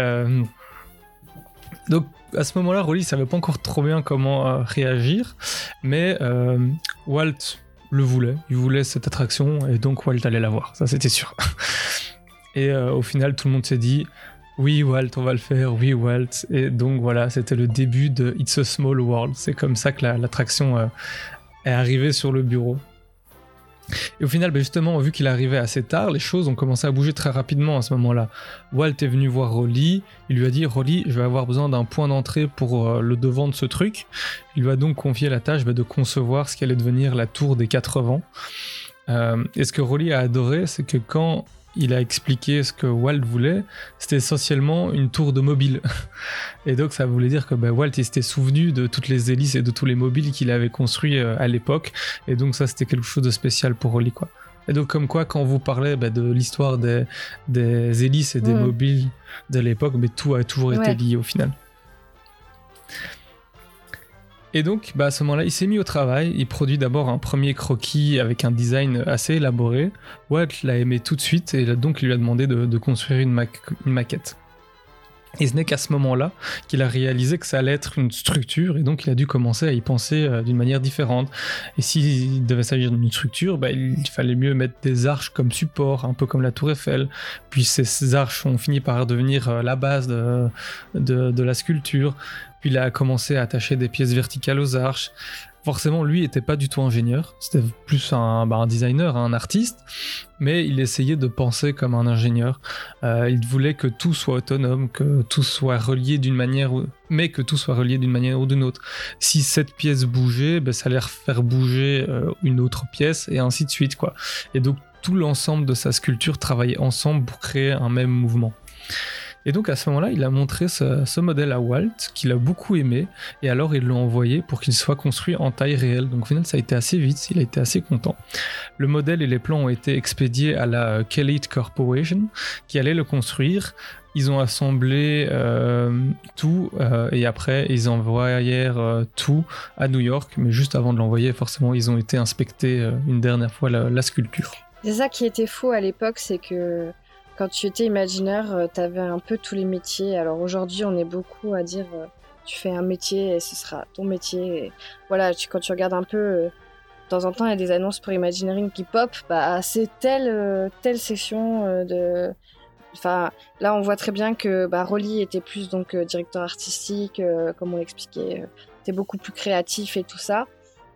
donc à ce moment-là, Rolly savait pas encore trop bien comment réagir, mais Walt il voulait cette attraction et donc Walt allait la voir, ça c'était sûr. Et au final tout le monde s'est dit oui Walt, on va le faire, oui Walt, et donc voilà, c'était le début de It's a Small World. C'est comme ça que l'attraction est arrivée sur le bureau. Et au final, justement, vu qu'il arrivait assez tard, les choses ont commencé à bouger très rapidement à ce moment-là. Walt est venu voir Rolly, il lui a dit « Rolly, je vais avoir besoin d'un point d'entrée pour le devant de ce truc ». Il lui a donc confié la tâche de concevoir ce qui allait devenir la tour des 4 vents. Et ce que Rolly a adoré, c'est que quand il a expliqué ce que Walt voulait, c'était essentiellement une tour de mobile. Et donc ça voulait dire que Walt il s'était souvenu de toutes les hélices et de tous les mobiles qu'il avait construits à l'époque, et donc ça c'était quelque chose de spécial pour Rolly, quoi. Et donc comme quoi, quand vous parlez de l'histoire des hélices et des mobiles de l'époque, tout a toujours été lié au final. Et donc, à ce moment-là, il s'est mis au travail. Il produit d'abord un premier croquis avec un design assez élaboré. Walt l'a aimé tout de suite et donc il lui a demandé de construire une maquette. Et ce n'est qu'à ce moment-là qu'il a réalisé que ça allait être une structure et donc il a dû commencer à y penser d'une manière différente. Et s'il devait s'agir d'une structure, il fallait mieux mettre des arches comme support, un peu comme la Tour Eiffel. Puis ces arches ont fini par devenir la base de la sculpture. Puis il a commencé à attacher des pièces verticales aux arches. Forcément, lui n'était pas du tout ingénieur, c'était plus un designer, un artiste, mais il essayait de penser comme un ingénieur. Il voulait que tout soit autonome, que tout soit relié d'une manière, mais que tout soit relié d'une manière ou d'une autre. Si cette pièce bougeait, ça allait faire bouger une autre pièce, et ainsi de suite, quoi. Et donc tout l'ensemble de sa sculpture travaillait ensemble pour créer un même mouvement. Et donc à ce moment-là, il a montré ce modèle à Walt, qu'il a beaucoup aimé, et alors il l'a envoyé pour qu'il soit construit en taille réelle. Donc au final, ça a été assez vite, il a été assez content. Le modèle et les plans ont été expédiés à la Kellite Corporation, qui allait le construire. Ils ont assemblé tout, et après ils envoyèrent tout à New York, mais juste avant de l'envoyer, forcément, ils ont été inspecter une dernière fois la sculpture. C'est ça qui était fou à l'époque, c'est que quand tu étais imagineur, t'avais un peu tous les métiers. Alors aujourd'hui, on est beaucoup à dire tu fais un métier et ce sera ton métier. Et voilà, quand tu regardes un peu, de temps en temps, il y a des annonces pour Imagineering qui pop. C'est telle section de. Enfin, là, on voit très bien que Rolly était plus donc directeur artistique, comme on l'expliquait, était beaucoup plus créatif et tout ça,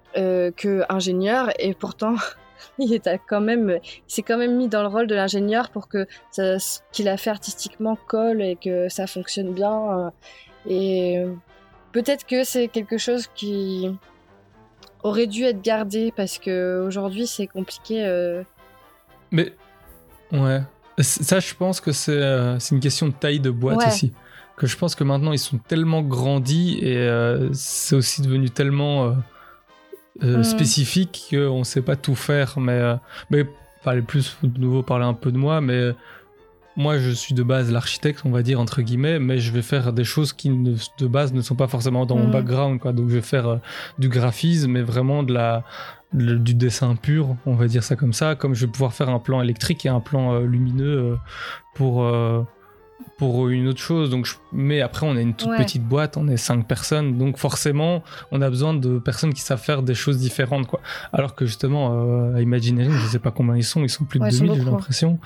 que ingénieur. Et pourtant. Il s'est quand même mis dans le rôle de l'ingénieur pour que ce qu'il a fait artistiquement colle et que ça fonctionne bien. Et peut-être que c'est quelque chose qui aurait dû être gardé parce qu'aujourd'hui c'est compliqué Mais ouais, ça je pense que c'est une question de taille de boîte aussi. Que je pense que maintenant ils sont tellement grandis et c'est aussi devenu tellement spécifique qu'on ne sait pas tout faire. Mais parler plus de nouveau, parler un peu de moi, mais moi je suis de base l'architecte, on va dire entre guillemets, mais je vais faire des choses qui de base ne sont pas forcément dans mon background, quoi. Donc je vais faire du graphisme, mais vraiment du dessin pur, on va dire ça comme ça, comme je vais pouvoir faire un plan électrique et un plan lumineux pour une autre chose. Donc mais après on est une toute petite boîte, on est 5 personnes, donc forcément on a besoin de personnes qui savent faire des choses différentes, quoi. Alors que justement à Imagineering, je sais pas combien ils sont plus de 2000 j'ai l'impression.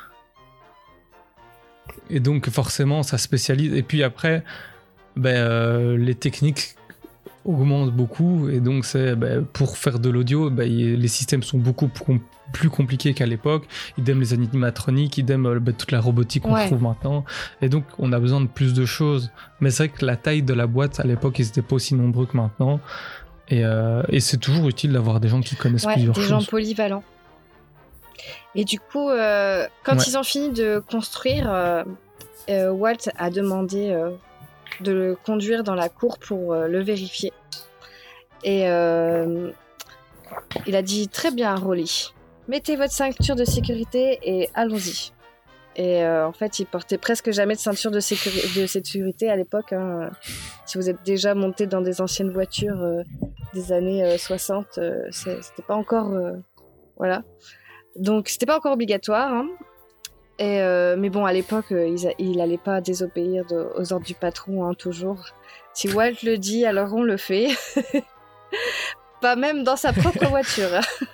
Et donc forcément ça spécialise, et puis après les techniques augmentent beaucoup, et donc c'est pour faire de l'audio les systèmes sont beaucoup plus compliqués qu'à l'époque, idem les animatroniques, idem toute la robotique qu'on trouve maintenant, et donc on a besoin de plus de choses. Mais c'est vrai que la taille de la boîte à l'époque ils étaient pas aussi nombreux que maintenant, et c'est toujours utile d'avoir des gens qui connaissent plusieurs choses. Des gens polyvalents. Et du coup, quand ils ont fini de construire, Walt a demandé de le conduire dans la cour pour le vérifier. Et il a dit « Très bien, Rolly. Mettez votre ceinture de sécurité et allons-y. » Et en fait, il portait presque jamais de ceinture de sécurité à l'époque. Hein. Si vous êtes déjà monté dans des anciennes voitures des années 60, c'était pas encore... voilà. Donc, c'était pas encore obligatoire. Hein. Mais bon, à l'époque, il allait pas désobéir aux ordres du patron, hein, toujours. Si Walt le dit, alors on le fait. Pas même dans sa propre voiture.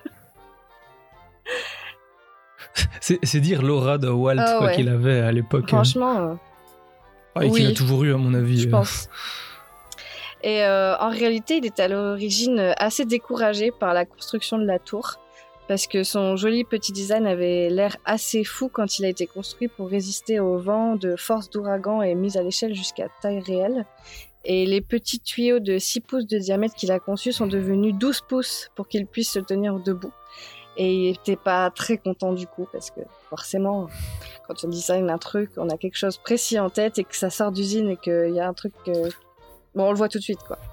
C'est dire l'aura de Walt qu'il avait à l'époque. Franchement. Et qu'il a toujours eu, à mon avis. Je pense. Et en réalité, il était à l'origine assez découragé par la construction de la tour. Parce que son joli petit design avait l'air assez fou quand il a été construit pour résister au vent de force d'ouragan et mis à l'échelle jusqu'à taille réelle. Et les petits tuyaux de 6 pouces de diamètre qu'il a conçus sont devenus 12 pouces pour qu'il puisse se tenir debout. Et il n'était pas très content du coup, parce que forcément, quand on design un truc, on a quelque chose précis en tête et que ça sort d'usine et qu'il y a un truc... Bon, on le voit tout de suite, quoi.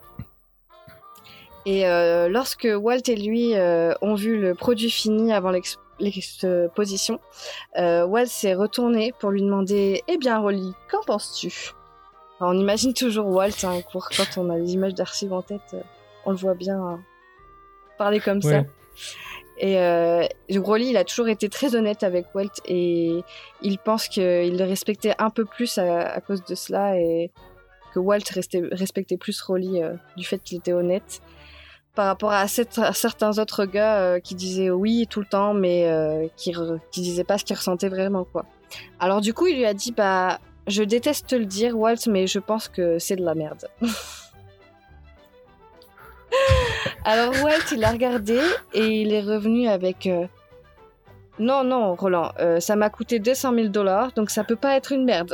Et lorsque Walt et lui ont vu le produit fini avant l'exposition, Walt s'est retourné pour lui demander « Eh bien, Rolly, qu'en penses-tu » Alors, on imagine toujours Walt, hein, quand on a les images d'archives en tête, on le voit bien parler comme ça. Et Rolly, il a toujours été très honnête avec Walt et il pense qu'il le respectait un peu plus à cause de cela, et que Walt respectait plus Rolly du fait qu'il était honnête. Par rapport à certains autres gars qui disaient oui tout le temps, mais qui disaient pas ce qu'ils ressentaient vraiment, quoi. Alors du coup, il lui a dit « Je déteste te le dire, Walt, mais je pense que c'est de la merde. » Alors Walt, il l'a regardé et il est revenu avec « Non, Roland, ça m'a coûté $200,000, donc ça peut pas être une merde. »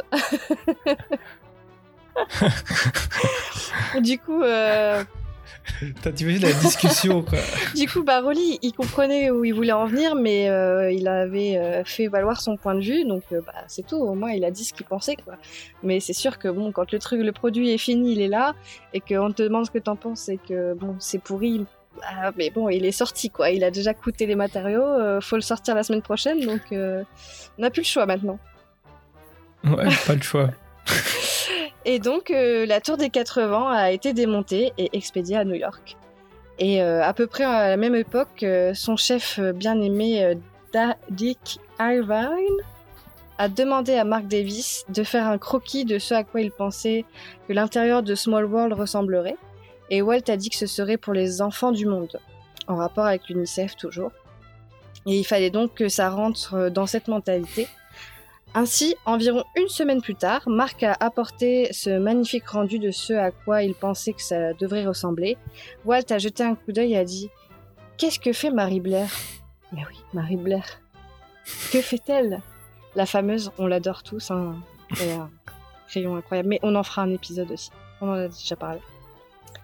Du coup... T'imagines la discussion, quoi. Du coup, Rolly, il comprenait où il voulait en venir, mais il avait fait valoir son point de vue, donc c'est tout. Au moins, il a dit ce qu'il pensait, quoi. Mais c'est sûr que bon, quand le produit est fini, il est là, et qu'on te demande ce que t'en penses, et que bon, c'est pourri. Mais bon, il est sorti, quoi. Il a déjà coûté les matériaux, faut le sortir la semaine prochaine, donc on n'a plus le choix maintenant. Ouais, pas le choix. Et donc, la tour des 4 vents a été démontée et expédiée à New York. Et à peu près à la même époque, son chef bien-aimé Dick Irvine a demandé à Mark Davis de faire un croquis de ce à quoi il pensait que l'intérieur de Small World ressemblerait. Et Walt a dit que ce serait pour les enfants du monde, en rapport avec l'UNICEF toujours. Et il fallait donc que ça rentre dans cette mentalité. Ainsi, environ une semaine plus tard, Mark a apporté ce magnifique rendu de ce à quoi il pensait que ça devrait ressembler. Walt a jeté un coup d'œil et a dit « Qu'est-ce que fait Marie Blair ?» Mais oui, Marie Blair. Que fait-elle ? La fameuse, on l'adore tous, hein. Elle a un crayon incroyable. Mais on en fera un épisode aussi. On en a déjà parlé.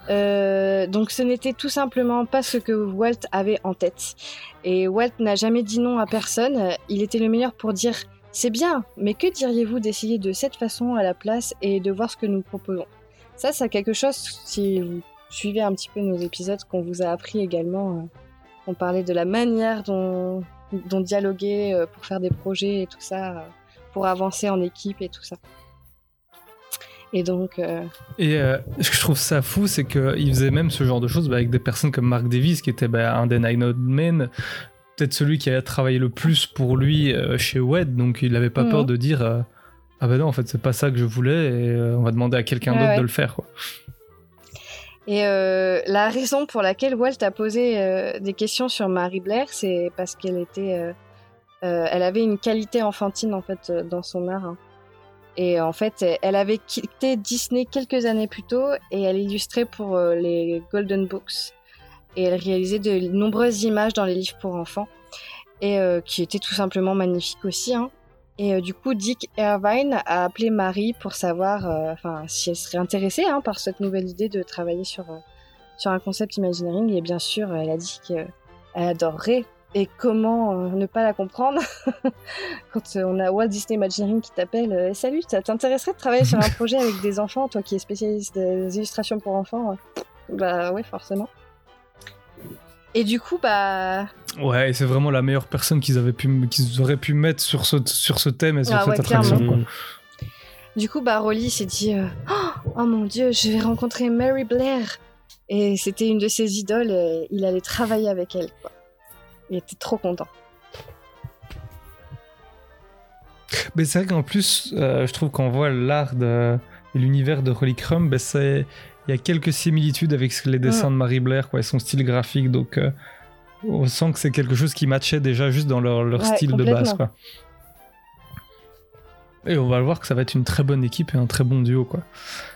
Donc ce n'était tout simplement pas ce que Walt avait en tête. Et Walt n'a jamais dit non à personne. Il était le meilleur pour dire « c'est bien, mais que diriez-vous d'essayer de cette façon à la place et de voir ce que nous proposons ?» Ça, c'est quelque chose, si vous suivez un petit peu nos épisodes, qu'on vous a appris également. On parlait de la manière dont dialoguer pour faire des projets et tout ça, pour avancer en équipe et tout ça. Et donc... ce que je trouve ça fou, c'est qu'il faisait même ce genre de choses avec des personnes comme Mark Davis, qui était un des Nine Old Men, peut-être celui qui a travaillé le plus pour lui chez Wed, donc il n'avait pas peur de dire ah ben non, en fait, c'est pas ça que je voulais, et on va demander à quelqu'un d'autre de le faire, quoi. Et la raison pour laquelle Walt a posé des questions sur Mary Blair, c'est parce qu'elle était... elle avait une qualité enfantine, en fait, dans son art, hein. Et en fait, elle avait quitté Disney quelques années plus tôt et elle illustrait pour les Golden Books. Et elle réalisait de nombreuses images dans les livres pour enfants et qui étaient tout simplement magnifiques aussi, hein. Et du coup, Dick Irvine a appelé Marie pour savoir si elle serait intéressée par cette nouvelle idée de travailler sur un concept Imagineering. Et bien sûr, elle a dit qu'elle adorerait. Et comment ne pas la comprendre quand on a Walt Disney Imagineering qui t'appelle salut, ça t'intéresserait de travailler sur un projet avec des enfants, toi qui es spécialiste des illustrations pour enfants? Bah ouais, forcément. Et du coup, ouais, c'est vraiment la meilleure personne qu'ils auraient pu mettre sur ce thème et sur cette attraction, quoi. Du coup, Rolly s'est dit oh mon Dieu, je vais rencontrer Mary Blair. Et c'était une de ses idoles et il allait travailler avec elle, quoi. Il était trop content. Mais c'est vrai qu'en plus, je trouve qu'on voit l'art et l'univers de Rolly Crumb, il y a quelques similitudes avec les dessins de Mary Blair, quoi, et son style graphique. Donc, on sent que c'est quelque chose qui matchait déjà juste dans leur style de base, quoi. Et on va le voir que ça va être une très bonne équipe et un très bon duo, quoi.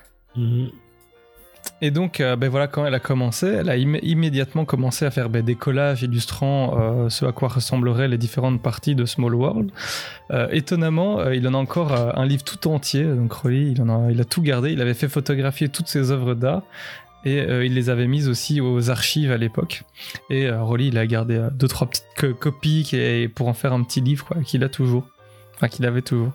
Et donc, voilà, quand elle a commencé, elle a immédiatement commencé à faire des collages illustrant ce à quoi ressembleraient les différentes parties de Small World. Étonnamment, il en a encore un livre tout entier. Donc Rolly, il a tout gardé. Il avait fait photographier toutes ses œuvres d'art et il les avait mises aussi aux archives à l'époque. Et Rolly, il a gardé 2-3 petites copies pour en faire un petit livre, quoi, qu'il a toujours. Enfin, qu'il avait toujours.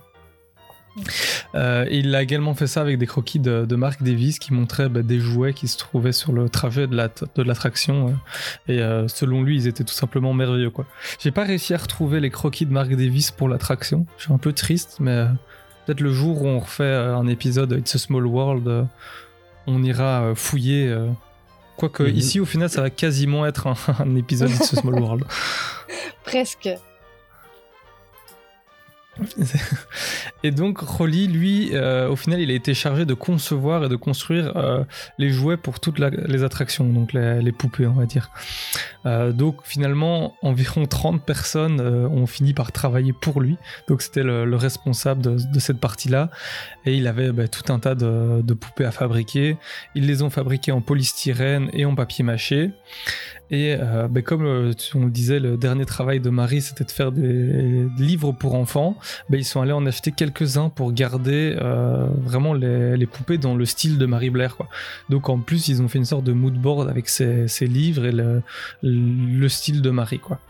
Il a également fait ça avec des croquis de Mark Davis qui montraient des jouets qui se trouvaient sur le trajet de l'attraction, et selon lui ils étaient tout simplement merveilleux, quoi. J'ai pas réussi à retrouver les croquis de Mark Davis pour l'attraction, je suis un peu triste, mais peut-être le jour où on refait un épisode It's a Small World, on ira fouiller, quoique ici au final ça va quasiment être un épisode It's a Small World. Presque. Et donc Rolly, lui, au final, il a été chargé de concevoir et de construire les jouets pour toutes les attractions, donc les poupées, on va dire. Donc finalement, environ 30 personnes ont fini par travailler pour lui. Donc c'était le responsable de cette partie-là. Et il avait tout un tas de poupées à fabriquer. Ils les ont fabriquées en polystyrène et en papier mâché. Et comme on le disait, le dernier travail de Marie, c'était de faire des livres pour enfants. Ils sont allés en acheter quelques-uns pour garder vraiment les poupées dans le style de Mary Blair, quoi. Donc en plus, ils ont fait une sorte de mood board avec ces livres et le style de Marie, quoi.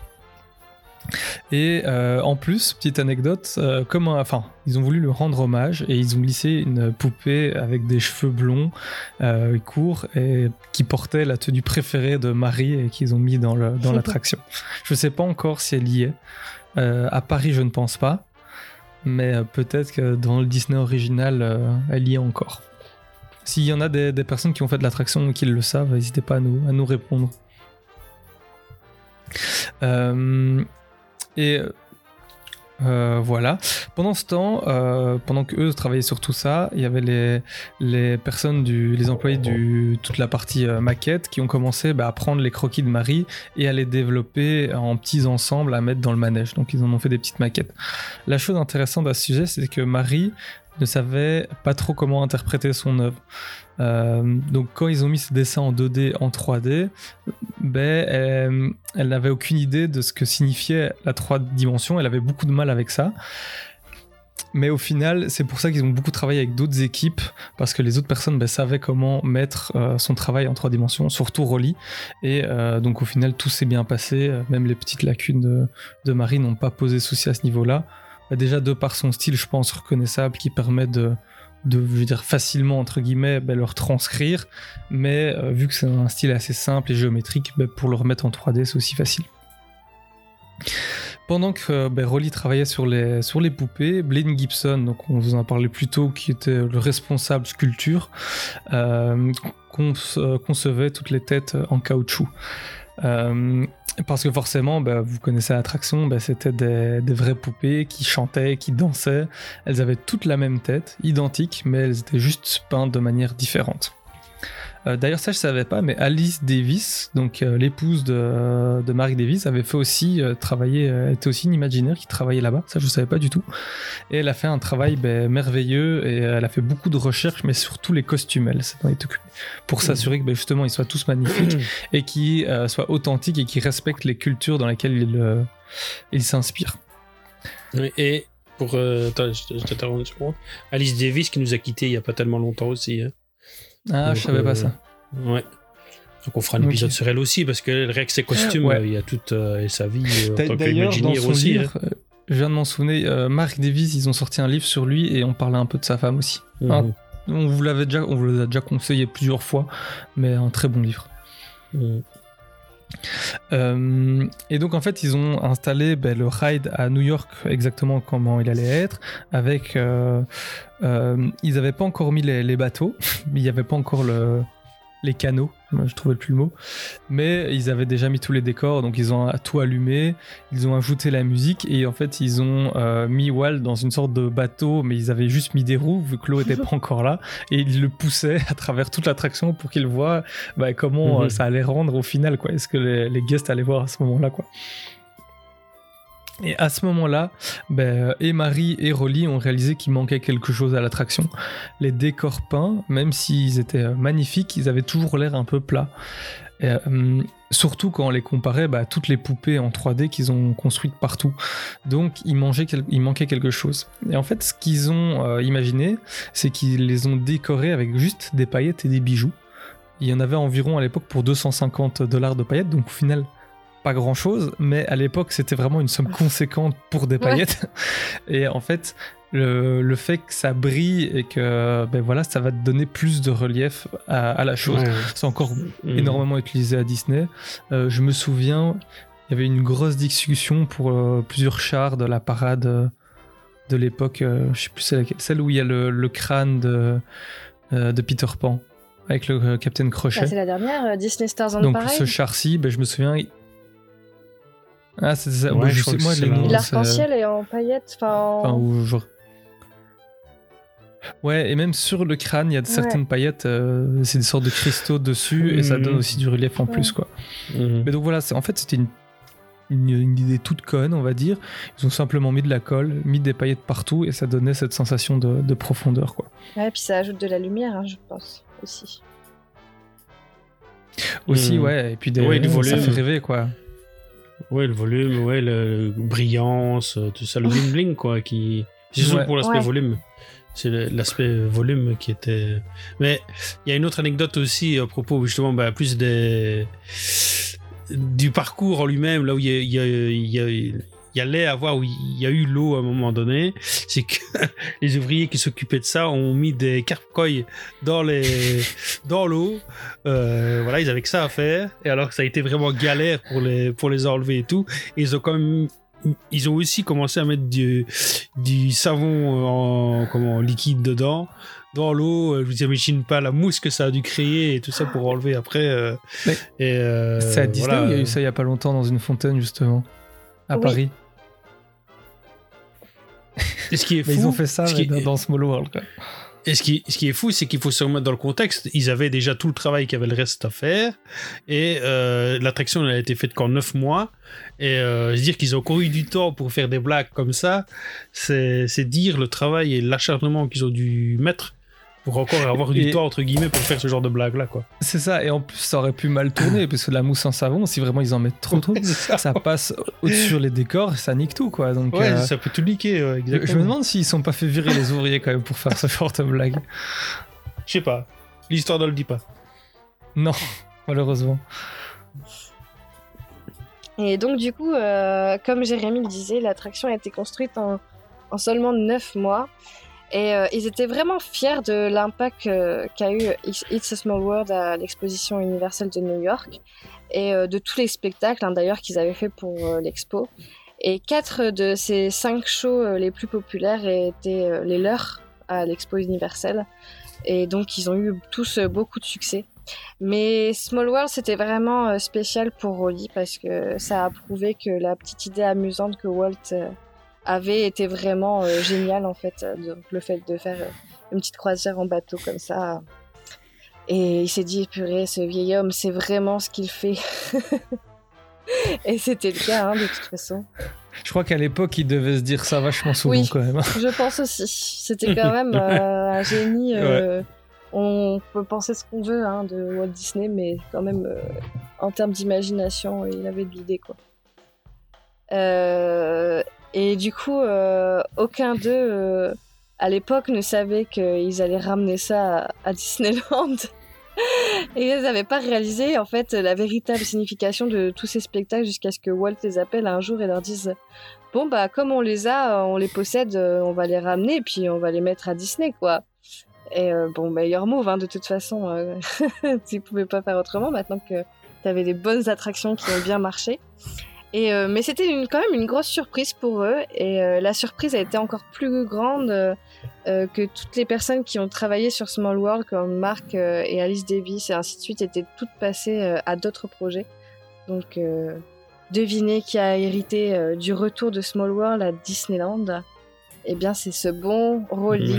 Et en plus, petite anecdote, ils ont voulu lui rendre hommage et ils ont glissé une poupée avec des cheveux blonds courts et qui portait la tenue préférée de Marie et qu'ils ont mis dans l'attraction. Je sais pas encore si elle y est. À Paris, je ne pense pas, mais peut-être que dans le Disney original, elle y est encore. S'il y en a des personnes qui ont fait de l'attraction et qui le savent, n'hésitez pas à nous répondre. Voilà. Pendant ce temps, pendant qu'eux travaillaient sur tout ça, il y avait les personnes les employés de toute la partie maquette qui ont commencé à prendre les croquis de Marie et à les développer en petits ensembles à mettre dans le manège. Donc ils en ont fait des petites maquettes. La chose intéressante à ce sujet, c'est que Marie ne savait pas trop comment interpréter son œuvre. Donc quand ils ont mis ce dessin en 2D, en 3D, elle n'avait aucune idée de ce que signifiait la 3 dimensions, elle avait beaucoup de mal avec ça. Mais au final, c'est pour ça qu'ils ont beaucoup travaillé avec d'autres équipes, parce que les autres personnes savaient comment mettre son travail en 3 dimensions, surtout Rolly. Et donc au final, tout s'est bien passé. Même les petites lacunes de Marie n'ont pas posé souci à ce niveau-là. Déjà, de par son style, je pense, reconnaissable, qui permet de je veux dire, facilement, entre guillemets, leur transcrire. Mais vu que c'est un style assez simple et géométrique, pour le remettre en 3D, c'est aussi facile. Pendant que Rolly travaillait sur les poupées, Blaine Gibson, donc on vous en parlait plus tôt, qui était le responsable sculpture, concevait toutes les têtes en caoutchouc. Parce que forcément, vous connaissez l'attraction, c'était des vraies poupées qui chantaient, qui dansaient. Elles avaient toutes la même tête, identique, mais elles étaient juste peintes de manière différente. D'ailleurs, ça je savais pas, mais Alice Davis, donc l'épouse de Mark Davis, avait fait aussi était aussi une Imagineer qui travaillait là-bas. Ça je savais pas du tout. Et elle a fait un travail merveilleux et elle a fait beaucoup de recherches, mais surtout les costumes, elle s'en est occupée pour s'assurer que justement ils soient tous magnifiques et qu'ils soient authentiques et qu'ils respectent les cultures dans lesquelles ils s'inspirent. Et pour attends, je t'interromps une seconde. Alice Davis qui nous a quittés il y a pas tellement longtemps aussi. Hein. Ah, donc, je savais pas ça. Ouais. Donc on fera un épisode sur elle aussi, parce qu'elle, avec ses costumes, il y a toute sa vie en tant qu'Imagineer aussi. Livre, je viens de m'en souvenir, Mark Davis, ils ont sorti un livre sur lui et on parlait un peu de sa femme aussi. On vous l'a déjà conseillé plusieurs fois, mais un très bon livre. Et donc en fait ils ont installé le ride à New York exactement comment il allait être avec ils avaient pas encore mis les bateaux, il y avait pas encore les canaux, je trouvais plus le mot, mais ils avaient déjà mis tous les décors, donc ils ont tout allumé, ils ont ajouté la musique et en fait ils ont mis Walt dans une sorte de bateau, mais ils avaient juste mis des roues vu que l'eau était pas encore là et ils le poussaient à travers toute l'attraction pour qu'ils voient comment ça allait rendre au final, quoi. Est-ce que les guests allaient voir à ce moment-là, quoi. Et à ce moment-là, et Marie et Rolly ont réalisé qu'il manquait quelque chose à l'attraction. Les décors peints, même s'ils étaient magnifiques, ils avaient toujours l'air un peu plats. Et, surtout quand on les comparait à toutes les poupées en 3D qu'ils ont construites partout. Donc il manquait quelque chose. Et en fait, ce qu'ils ont imaginé, c'est qu'ils les ont décorés avec juste des paillettes et des bijoux. Il y en avait environ à l'époque pour $250 de paillettes, donc au final... pas grand chose, mais à l'époque c'était vraiment une somme conséquente pour des paillettes. Et en fait le fait que ça brille et que ça va te donner plus de relief à la chose. C'est encore énormément utilisé à Disney. Je me souviens, il y avait une grosse discussion pour plusieurs chars de la parade de l'époque, je sais plus c'est laquelle, celle où il y a le crâne de Peter Pan avec le Captain Crochet. C'est la dernière, Disney Stars on Donc Parade. ce char-ci, je me souviens. Ah, c'est ça. Ouais, je sais, moi, les noms. L'arc-en-ciel est en paillettes. Ouais, et même sur le crâne, il y a certaines paillettes, c'est des sortes de cristaux dessus, et ça donne aussi du relief en plus, quoi. Mais donc voilà, en fait, c'était une idée toute conne, on va dire. Ils ont simplement mis de la colle, mis des paillettes partout, et ça donnait cette sensation de profondeur, quoi. Ouais, puis ça ajoute de la lumière, je pense, aussi. Aussi, ouais, et puis du volume. Ça fait rêver, quoi. Ouais, le volume, la brillance, tout ça, le bling bling, quoi, qui... C'est surtout pour l'aspect volume. C'est l'aspect volume qui était... Mais il y a une autre anecdote aussi à propos, justement, plus du parcours en lui-même, là où il y allait avoir, où il y a eu l'eau à un moment donné, c'est que les ouvriers qui s'occupaient de ça ont mis des carpe-coilles dans l'eau. Ils avaient que ça à faire. Et alors que ça a été vraiment galère pour les enlever et tout. Et ils ont aussi commencé à mettre du savon en liquide dedans. Dans l'eau, je vous imagine pas la mousse que ça a dû créer et tout ça pour enlever après. C'est à Disney, il y a eu ça il y a pas longtemps dans une fontaine justement. À Paris. Et ce qui est fou, ils ont fait ça dans Small World, quoi. Et ce qui est fou, c'est qu'il faut se remettre dans le contexte. Ils avaient déjà tout le travail qu'il y avait le reste à faire. Et l'attraction elle a été faite qu'en 9 mois. Et se dire qu'ils ont encore eu du temps pour faire des blagues comme ça, c'est dire le travail et l'acharnement qu'ils ont dû mettre Pour encore avoir du temps, entre guillemets, pour faire ce genre de blague-là, quoi. C'est ça, et en plus, ça aurait pu mal tourner, parce que la mousse en savon, si vraiment ils en mettent trop, ça passe au-dessus les décors, et ça nique tout, quoi. Donc, ouais, ça peut tout niquer, exactement. Je me demande s'ils sont pas fait virer les ouvriers, quand même, pour faire ce genre de blague. Je sais pas. L'histoire ne le dit pas. Non, malheureusement. Et donc, du coup, comme Jérémy le disait, l'attraction a été construite en seulement 9 mois. Et ils étaient vraiment fiers de l'impact qu'a eu It's a Small World à l'exposition universelle de New York et de tous les spectacles d'ailleurs qu'ils avaient fait pour l'expo. Et 4 de ces 5 shows les plus populaires étaient les leurs à l'expo universelle. Et donc ils ont eu tous beaucoup de succès. Mais Small World, c'était vraiment spécial pour Rolly parce que ça a prouvé que la petite idée amusante que Walt avait été vraiment génial en fait, donc le fait de faire une petite croisière en bateau comme ça, et il s'est dit purée, ce vieil homme c'est vraiment ce qu'il fait. Et c'était le cas de toute façon. Je crois qu'à l'époque il devait se dire ça vachement souvent quand même. Je pense aussi, c'était quand même un génie. On peut penser ce qu'on veut de Walt Disney, mais quand même en termes d'imagination il avait de l'idée quoi. Et du coup, aucun d'eux, à l'époque, ne savait qu'ils allaient ramener ça à Disneyland. Et ils n'avaient pas réalisé, en fait, la véritable signification de tous ces spectacles jusqu'à ce que Walt les appelle un jour et leur dise « Bon, bah, comme on les a, on les possède, on va les ramener et puis on va les mettre à Disney, quoi. » Et bon, meilleur move, de toute façon. Tu ne pouvais pas faire autrement maintenant que tu avais des bonnes attractions qui ont bien marché. Mais c'était quand même une grosse surprise pour eux, et la surprise a été encore plus grande que toutes les personnes qui ont travaillé sur Small World comme Mark et Alice Davis et ainsi de suite étaient toutes passées à d'autres projets. Donc devinez qui a hérité du retour de Small World à Disneyland. Eh bien c'est ce bon Rolly.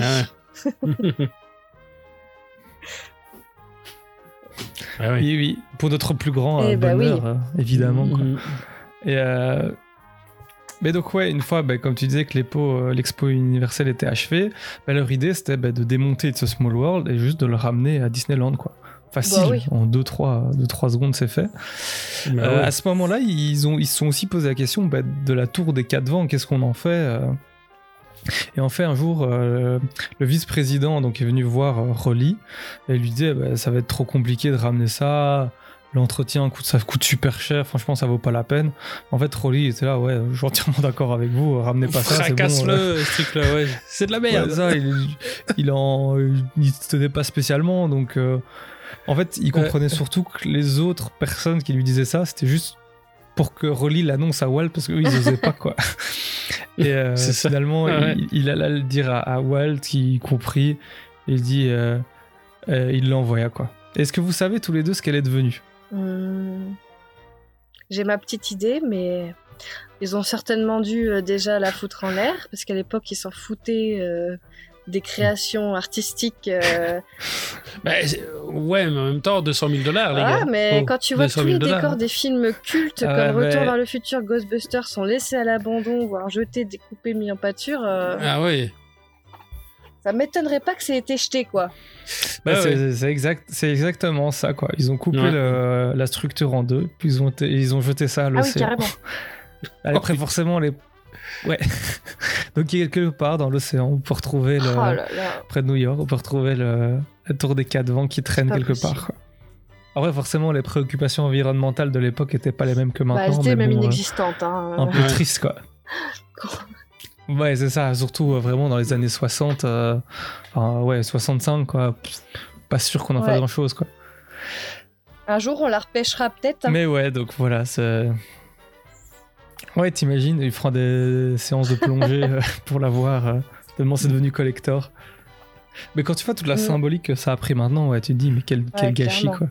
Ah oui. Oui, pour notre plus grand bonheur, évidemment. Quoi. Et mais donc une fois, comme tu disais que l'expo universelle était achevée, leur idée c'était de démonter It's a Small World et juste de le ramener à Disneyland, quoi. Facile, en 2-3 secondes c'est fait. À ce moment-là, ils se sont aussi posé la question de la tour des 4 vents, qu'est-ce qu'on en fait Et en fait, un jour, le vice-président est venu voir Rolly et lui disait ça va être trop compliqué de ramener ça. L'entretien ça coûte super cher, franchement ça vaut pas la peine. En fait Rolly était là, je suis entièrement d'accord avec vous, ramenez pas ça, c'est bon. Fracasse-le, ce truc-là, c'est de la merde. Ça, il tenait pas spécialement, donc en fait il comprenait surtout que les autres personnes qui lui disaient ça, c'était juste pour que Rolly l'annonce à Walt, parce qu'eux ils osaient pas quoi. Et finalement il alla le dire à Walt, qui comprit, et il dit il l'envoya quoi. Est-ce que vous savez tous les deux ce qu'elle est devenue? J'ai ma petite idée, mais ils ont certainement dû déjà la foutre en l'air, parce qu'à l'époque ils s'en foutaient des créations artistiques. Mais en même temps, $200 000, les gars. Mais quand tu vois tous les décors des films cultes comme Retour vers le futur, Ghostbusters sont laissés à l'abandon, voire jetés, découpés, mis en pâture. Ah oui. Ça m'étonnerait pas que ça ait été jeté, quoi. C'est exactement ça, quoi. Ils ont coupé la structure en deux, puis ils ont jeté ça à l'océan. Ah oui, carrément. Après, forcément, donc quelque part dans l'océan, on peut retrouver près de New York, on peut retrouver la tour des 4 vents qui traîne quelque part, quoi. Après, forcément, les préoccupations environnementales de l'époque n'étaient pas les mêmes que maintenant. Elles étaient même inexistantes. Un peu triste, quoi. Ouais, c'est ça, surtout vraiment dans les années 60, 65, quoi. Pas sûr qu'on en fasse grand-chose, quoi. Un jour, on la repêchera peut-être. Mais donc voilà, c'est... Ouais, t'imagines, il fera des séances de plongée pour la voir, tellement c'est devenu collector. Mais quand tu vois toute la symbolique que ça a pris maintenant, tu te dis, mais quel gâchis, quoi.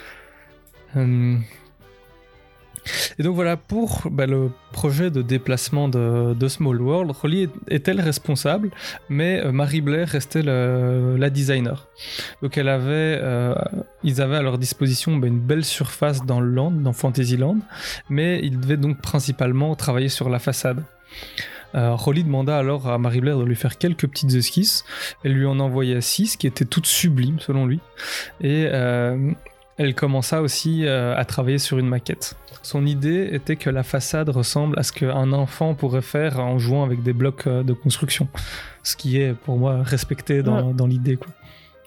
Et donc voilà, pour le projet de déplacement de Small World, Rolly était le responsable, mais Mary Blair restait la designer. Donc ils avaient à leur disposition une belle surface dans le land, dans Fantasyland, mais ils devaient donc principalement travailler sur la façade. Rolly demanda alors à Marie Blair de lui faire quelques petites esquisses. Elle lui en envoya 6 qui étaient toutes sublimes selon lui. Et elle commença aussi à travailler sur une maquette. Son idée était que la façade ressemble à ce qu'un enfant pourrait faire en jouant avec des blocs de construction. Ce qui est pour moi respecté dans l'idée, quoi.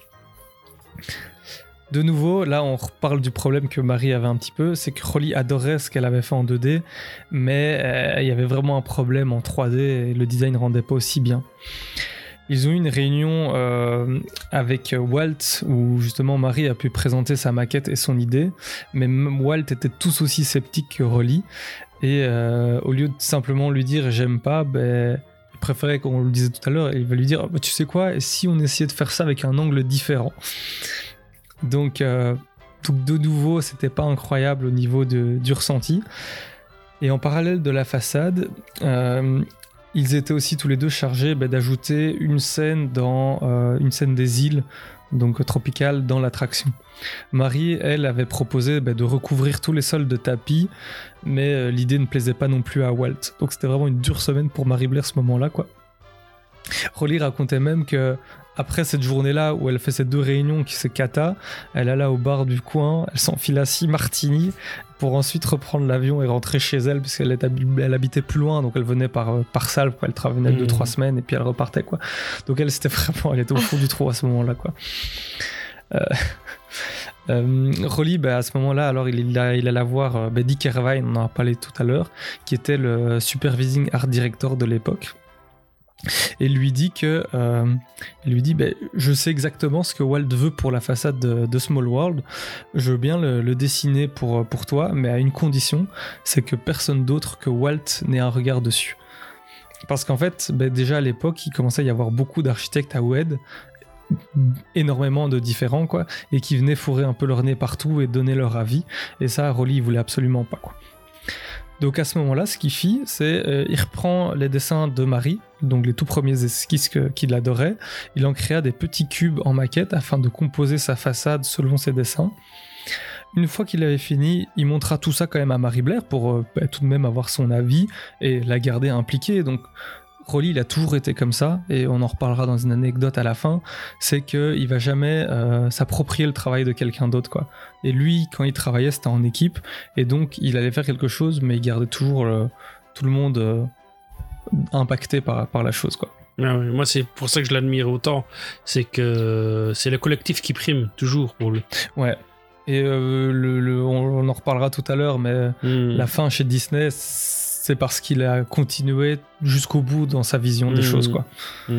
De nouveau, là on reparle du problème que Marie avait un petit peu, c'est que Rolly adorait ce qu'elle avait fait en 2D, mais il y avait vraiment un problème en 3D et le design ne rendait pas aussi bien. Ils ont eu une réunion avec Walt où justement Marie a pu présenter sa maquette et son idée, mais Walt était tout aussi sceptique que Rolly et au lieu de simplement lui dire j'aime pas, il préférait, comme on le disait tout à l'heure, il va lui dire tu sais quoi, et si on essayait de faire ça avec un angle différent. Donc de nouveau, c'était pas incroyable au niveau du ressenti. Et en parallèle de la façade, ils étaient aussi tous les deux chargés d'ajouter une scène des îles, donc tropicales, dans l'attraction. Marie, elle, avait proposé de recouvrir tous les sols de tapis, mais l'idée ne plaisait pas non plus à Walt. Donc c'était vraiment une dure semaine pour Marie Blair ce moment-là, quoi. Rolly racontait même que après cette journée-là où elle fait ces 2 réunions qui se cata, elle alla au bar du coin, elle s'enfila 6 martinis pour ensuite reprendre l'avion et rentrer chez elle parce qu'elle habitait plus loin, donc elle venait par salle, quoi. Elle travaillait 2-3 semaines et puis elle repartait, quoi. Donc elle était au fond du trou à ce moment-là, quoi. Rolly, à ce moment-là, alors il allait voir Dick Irvine, on en a parlé tout à l'heure, qui était le supervising art director de l'époque. Et il lui dit je sais exactement ce que Walt veut pour la façade de Small World, je veux bien le dessiner pour toi, mais à une condition, c'est que personne d'autre que Walt n'ait un regard dessus. Parce qu'en fait, déjà à l'époque, il commençait à y avoir beaucoup d'architectes à WED, énormément de différents, quoi, et qui venaient fourrer un peu leur nez partout et donner leur avis, et ça Rolly il voulait absolument pas, quoi. Donc à ce moment-là, ce qu'il fit, c'est il reprend les dessins de Marie, donc les tout premiers esquisses qu'il adorait, il en créa des petits cubes en maquette afin de composer sa façade selon ses dessins. Une fois qu'il avait fini, il montra tout ça quand même à Marie Blair pour tout de même avoir son avis et la garder impliquée. Donc Rolly, il a toujours été comme ça, et on en reparlera dans une anecdote à la fin, c'est qu'il va jamais s'approprier le travail de quelqu'un d'autre, quoi. Et lui, quand il travaillait, c'était en équipe, et donc il allait faire quelque chose, mais il gardait toujours tout le monde impacté par la chose, quoi. Ah oui, moi, c'est pour ça que je l'admire autant, c'est que c'est le collectif qui prime, toujours, pour lui. Ouais. Et on en reparlera tout à l'heure, mais la fin chez Disney, c'est parce qu'il a continué jusqu'au bout dans sa vision des choses, quoi.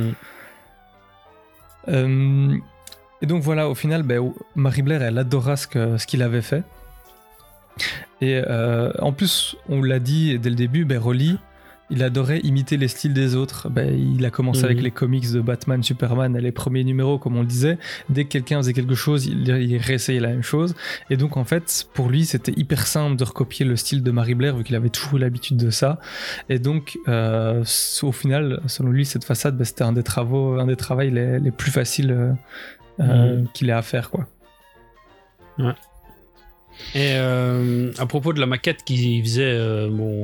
Et donc voilà, au final, Marie Blair, elle adora ce qu'il avait fait. Et en plus, on l'a dit dès le début, Rolly, il adorait imiter les styles des autres. Il a commencé avec les comics de Batman, Superman, les premiers numéros, comme on le disait. Dès que quelqu'un faisait quelque chose, il réessayait la même chose. Et donc, en fait, pour lui, c'était hyper simple de recopier le style de Marie Blair, vu qu'il avait toujours eu l'habitude de ça. Et donc, au final, selon lui, cette façade, c'était un des travaux les plus faciles qu'il ait à faire, quoi. Ouais. Et à propos de la maquette qu'il faisait,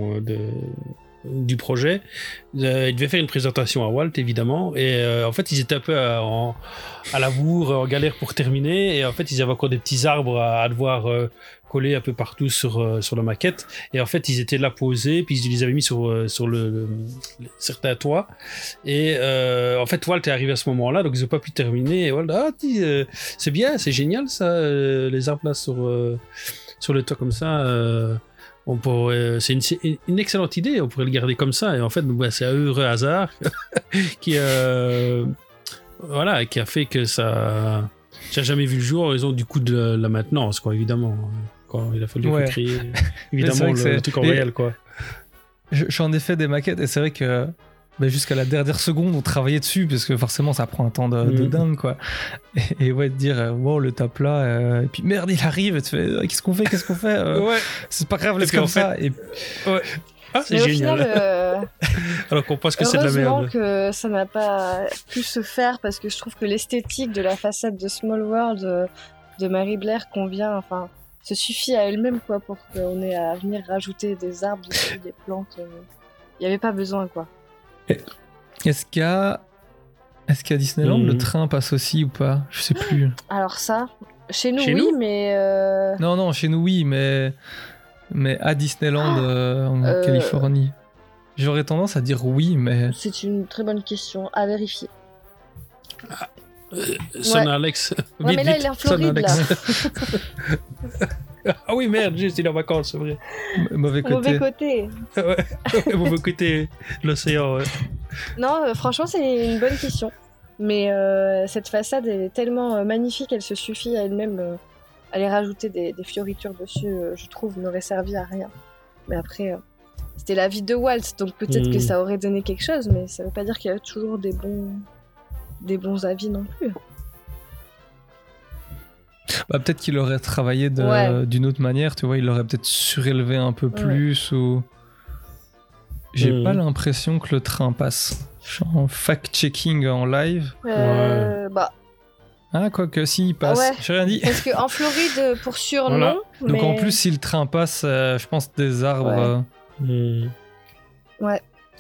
du projet, il devait faire une présentation à Walt, évidemment, et en fait ils étaient un peu à la bourre, en galère pour terminer, et en fait ils avaient encore des petits arbres à devoir coller un peu partout sur la maquette, et en fait ils étaient là posés, puis ils les avaient mis sur certains toits, et en fait Walt est arrivé à ce moment-là, donc ils n'ont pas pu terminer, et Walt c'est bien, c'est génial ça, les arbres là sur le toit comme ça, c'est une excellente idée, on pourrait le garder comme ça, et en fait c'est un heureux hasard qui a fait que ça n'a jamais vu le jour en raison du coût de la maintenance, quoi, évidemment, quand il a fallu créer évidemment le truc en réel, quoi. J'en ai fait des maquettes, et c'est vrai que jusqu'à la dernière seconde on travaillait dessus parce que forcément ça prend un temps de dingue, quoi, et dire wow, le tape là, et puis merde il arrive, et tu fais qu'est-ce qu'on fait c'est pas grave, laisse comme ça, et c'est génial. Final, alors qu'on pense que c'est de la merde. Heureusement que ça n'a pas pu se faire, parce que je trouve que l'esthétique de la façade de Small World de Marie Blair convient, enfin se suffit à elle-même, quoi, pour qu'on ait à venir rajouter des arbres dessus, des plantes, il n'y avait pas besoin, quoi. Est-ce qu'à Disneyland, le train passe aussi ou pas? Je sais plus. Alors ça, chez nous, Chez oui, nous mais... Non, chez nous, oui, mais à Disneyland, en Californie. J'aurais tendance à dire oui, mais... C'est une très bonne question à vérifier. Sonne Alex. Ouais, mais là, vite, il est en sonne Floride, là. Alex. Ah oui, merde, juste, il est en vacances, c'est vrai. Mauvais côté. Mauvais côté. Ouais, mauvais côté de l'océan, ouais. Non, franchement, c'est une bonne question. Mais cette façade est tellement magnifique, elle se suffit à elle-même. Aller rajouter des fioritures dessus, je trouve, n'aurait servi à rien. Mais après, c'était la vie de Walt, donc peut-être que ça aurait donné quelque chose, mais ça veut pas dire qu'il y a toujours des bons avis non plus. Bah, peut-être qu'il aurait travaillé d'une autre manière, tu vois, il aurait peut-être surélevé un peu plus ou... J'ai pas l'impression que le train passe. Je suis en fact-checking en live. Bah... Ah, quoique, si, il passe. Ouais. J'ai rien dit. Parce qu'en Floride, pour sûr, Voilà. non. Donc mais... en plus, si le train passe, je pense des arbres... Ouais.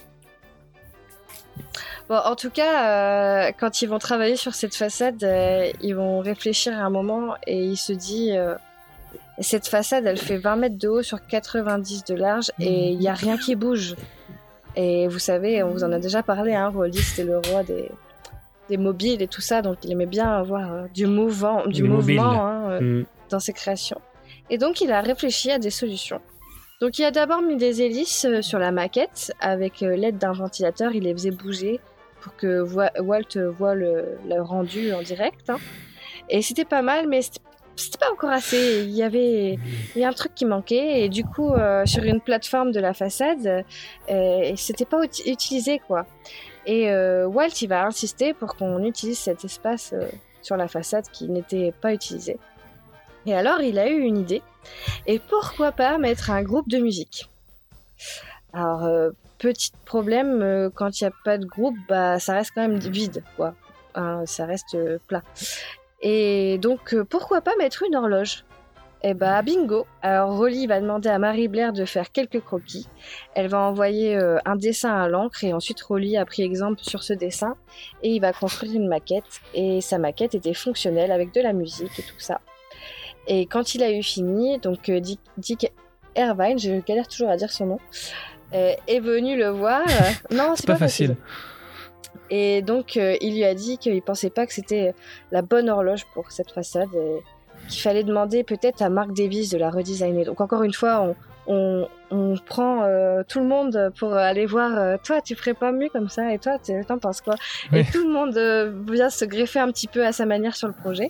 Bon, en tout cas, quand ils vont travailler sur cette façade, ils vont réfléchir à un moment et il se dit cette façade, elle fait 20 mètres de haut sur 90 de large et il n'y a rien qui bouge. Et vous savez, on vous en a déjà parlé, hein, Walt Disney, c'était le roi des mobiles et tout ça, donc il aimait bien avoir du mouvement dans ses créations. Et donc, il a réfléchi à des solutions. Donc, il a d'abord mis des hélices sur la maquette. Avec l'aide d'un ventilateur, il les faisait bouger pour que Walt voit le rendu en direct. Hein. Et c'était pas mal, mais c'était pas encore assez. Il y a un truc qui manquait. Et du coup, sur une plateforme de la façade, c'était pas utilisé, quoi. Et Walt, il va insister pour qu'on utilise cet espace sur la façade qui n'était pas utilisé. Et alors, il a eu une idée. Et pourquoi pas mettre un groupe de musique? Alors, petit problème, quand il n'y a pas de groupe, bah, ça reste quand même vide, quoi. Ça reste plat. Et donc, pourquoi pas mettre une horloge? Et bah, bingo! Alors, Rolly va demander à Marie Blair de faire quelques croquis. Elle va envoyer un dessin à l'encre et ensuite Rolly a pris exemple sur ce dessin et il va construire une maquette. Et sa maquette était fonctionnelle avec de la musique et tout ça. Et quand il a eu fini, donc Dick Irvine, je galère toujours à dire son nom, est venu le voir. Non, c'est pas facile. Et donc, il lui a dit qu'il pensait pas que c'était la bonne horloge pour cette façade et qu'il fallait demander peut-être à Mark Davis de la redesigner. Donc, encore une fois, on prend tout le monde pour aller voir toi, tu ferais pas mieux comme ça et toi, t'en penses quoi? Et tout le monde vient se greffer un petit peu à sa manière sur le projet.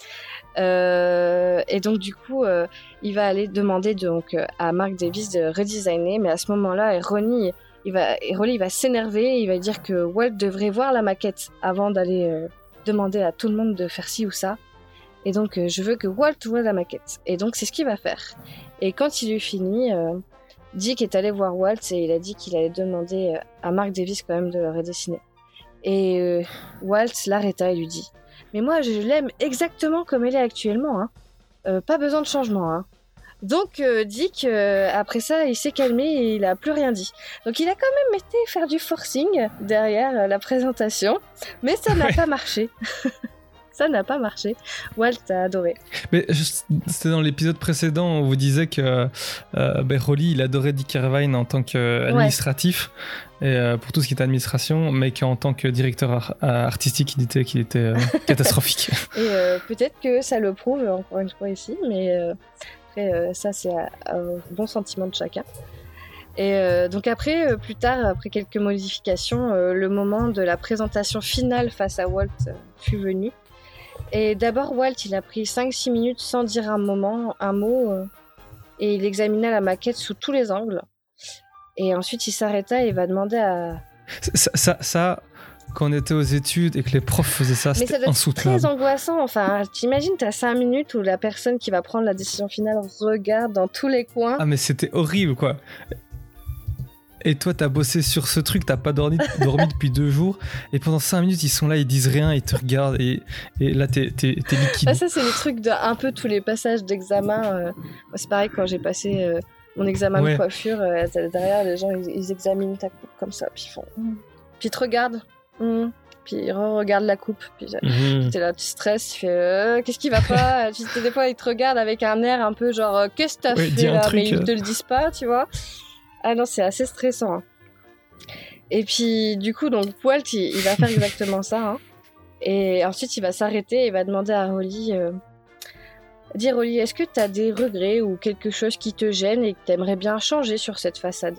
Et donc du coup il va aller demander donc à Mark Davis de redesigner, mais à ce moment-là Rolly va s'énerver, il va dire que Walt devrait voir la maquette avant d'aller demander à tout le monde de faire ci ou ça, et donc je veux que Walt voit la maquette, et donc c'est ce qu'il va faire. Et quand il eut fini, Dick est allé voir Walt et il a dit qu'il allait demander à Mark Davis quand même de le redessiner, et Walt l'arrêta et lui dit: mais moi, je l'aime exactement comme elle est actuellement. Hein. Pas besoin de changement. Hein. Donc, Dick, après ça, il s'est calmé et il n'a plus rien dit. Donc, il a quand même été faire du forcing derrière la présentation. Mais ça n'a pas marché. Ça n'a pas marché. Walt a adoré. Mais c'était dans l'épisode précédent, on vous disait que Rolly, il adorait Dick Irvine en tant qu'administratif, et pour tout ce qui était administration, mais qu'en tant que directeur artistique, il était catastrophique. Et peut-être que ça le prouve, encore une fois ici, mais après, ça, c'est un bon sentiment de chacun. Et donc après, plus tard, après quelques modifications, le moment de la présentation finale face à Walt fut venu. Et d'abord, Walt, il a pris 5-6 minutes sans dire un mot, et il examina la maquette sous tous les angles. Et ensuite, il s'arrêta et il va demander à... Ça, quand on était aux études et que les profs faisaient ça, c'était insoutenable. Mais ça doit être très angoissant. Enfin, t'imagines, t'as 5 minutes où la personne qui va prendre la décision finale regarde dans tous les coins. Ah, mais c'était horrible, quoi. Et toi, t'as bossé sur ce truc, t'as pas dormi depuis 2 jours, et pendant 5 minutes, ils sont là, ils disent rien, ils te regardent, et là, t'es liquide. Ah, ça, c'est le truc de un peu tous les passages d'examen. C'est pareil, quand j'ai passé mon examen de coiffure, derrière, les gens, ils examinent ta coupe comme ça, puis ils font... Puis il te regarde. Puis il regarde la coupe. Puis t'es là, tu stresses, tu fais qu'est-ce qui va pas? Des fois, il te regarde avec un air un peu genre qu'est-ce que t'as fait là? Mais ils te le disent pas, tu vois. Ah non, c'est assez stressant. Hein. Et puis, du coup, donc Walt, il va faire exactement ça. Hein. Et ensuite, il va s'arrêter et il va demander à Rolly dis Rolly, est-ce que t'as des regrets ou quelque chose qui te gêne et que t'aimerais bien changer sur cette façade?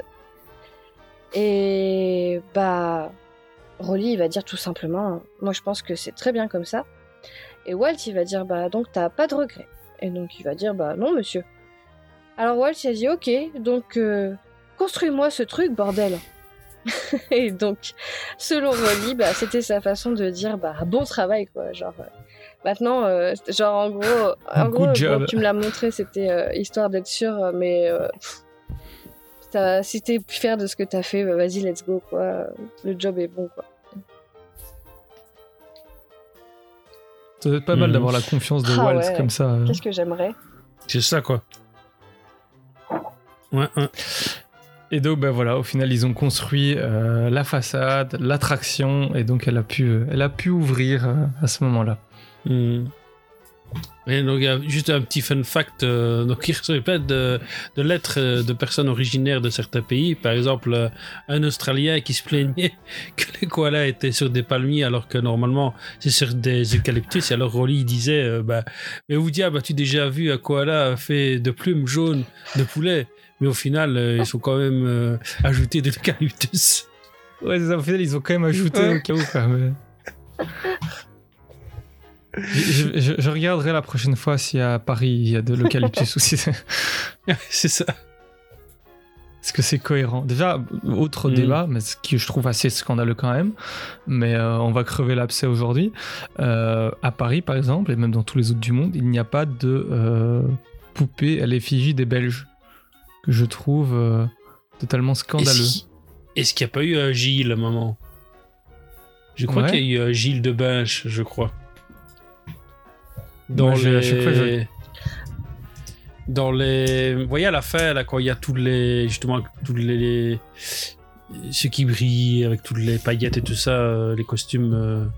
Et Rolly, il va dire tout simplement moi, je pense que c'est très bien comme ça. Et Walt, il va dire donc t'as pas de regrets. Et donc, il va dire non, monsieur. Alors, Walt, il a dit ok, donc construis-moi ce truc, bordel. Et donc, selon Rolly, c'était sa façon de dire bon travail, quoi. Genre, maintenant, en gros tu me l'as montré, c'était histoire d'être sûr, mais si t'es fier de ce que t'as fait, vas-y, let's go, quoi. Le job est bon, quoi. Ça doit être pas mal d'avoir la confiance de Walt comme ça. Qu'est-ce que j'aimerais. C'est ça, quoi. Ouais. Et donc, voilà, au final, ils ont construit la façade, l'attraction, et donc elle a pu ouvrir à ce moment-là. Et donc, il y a juste un petit fun fact. Donc, il recevait plein de lettres de personnes originaires de certains pays. Par exemple, un Australien qui se plaignait que les koalas étaient sur des palmiers alors que normalement, c'est sur des eucalyptus. Et alors, Rolly disait mais vous dites, as-tu déjà vu un koala fait de plumes jaunes de poulet? Mais au final, ils sont quand même ajoutés de l'eucalyptus. Ouais, c'est ça. Au final, ils ont quand même ajouté au cas où, quoi. Mais... je regarderai la prochaine fois si à Paris il y a de l'eucalyptus aussi. C'est ça. Est-ce que c'est cohérent? Déjà, autre débat, mais ce que je trouve assez scandaleux quand même, mais on va crever l'abcès aujourd'hui. À Paris, par exemple, et même dans tous les autres du monde, il n'y a pas de poupée à l'effigie des Belges, que je trouve totalement scandaleux. Est-ce qu'il n'y a pas eu Gilles à un moment? Je crois qu'il y a eu Gilles de Binche, je crois. Dans les... Vous voyez à la fin, là, quand il y a tous les ceux qui brillent avec toutes les paillettes et tout ça, les costumes...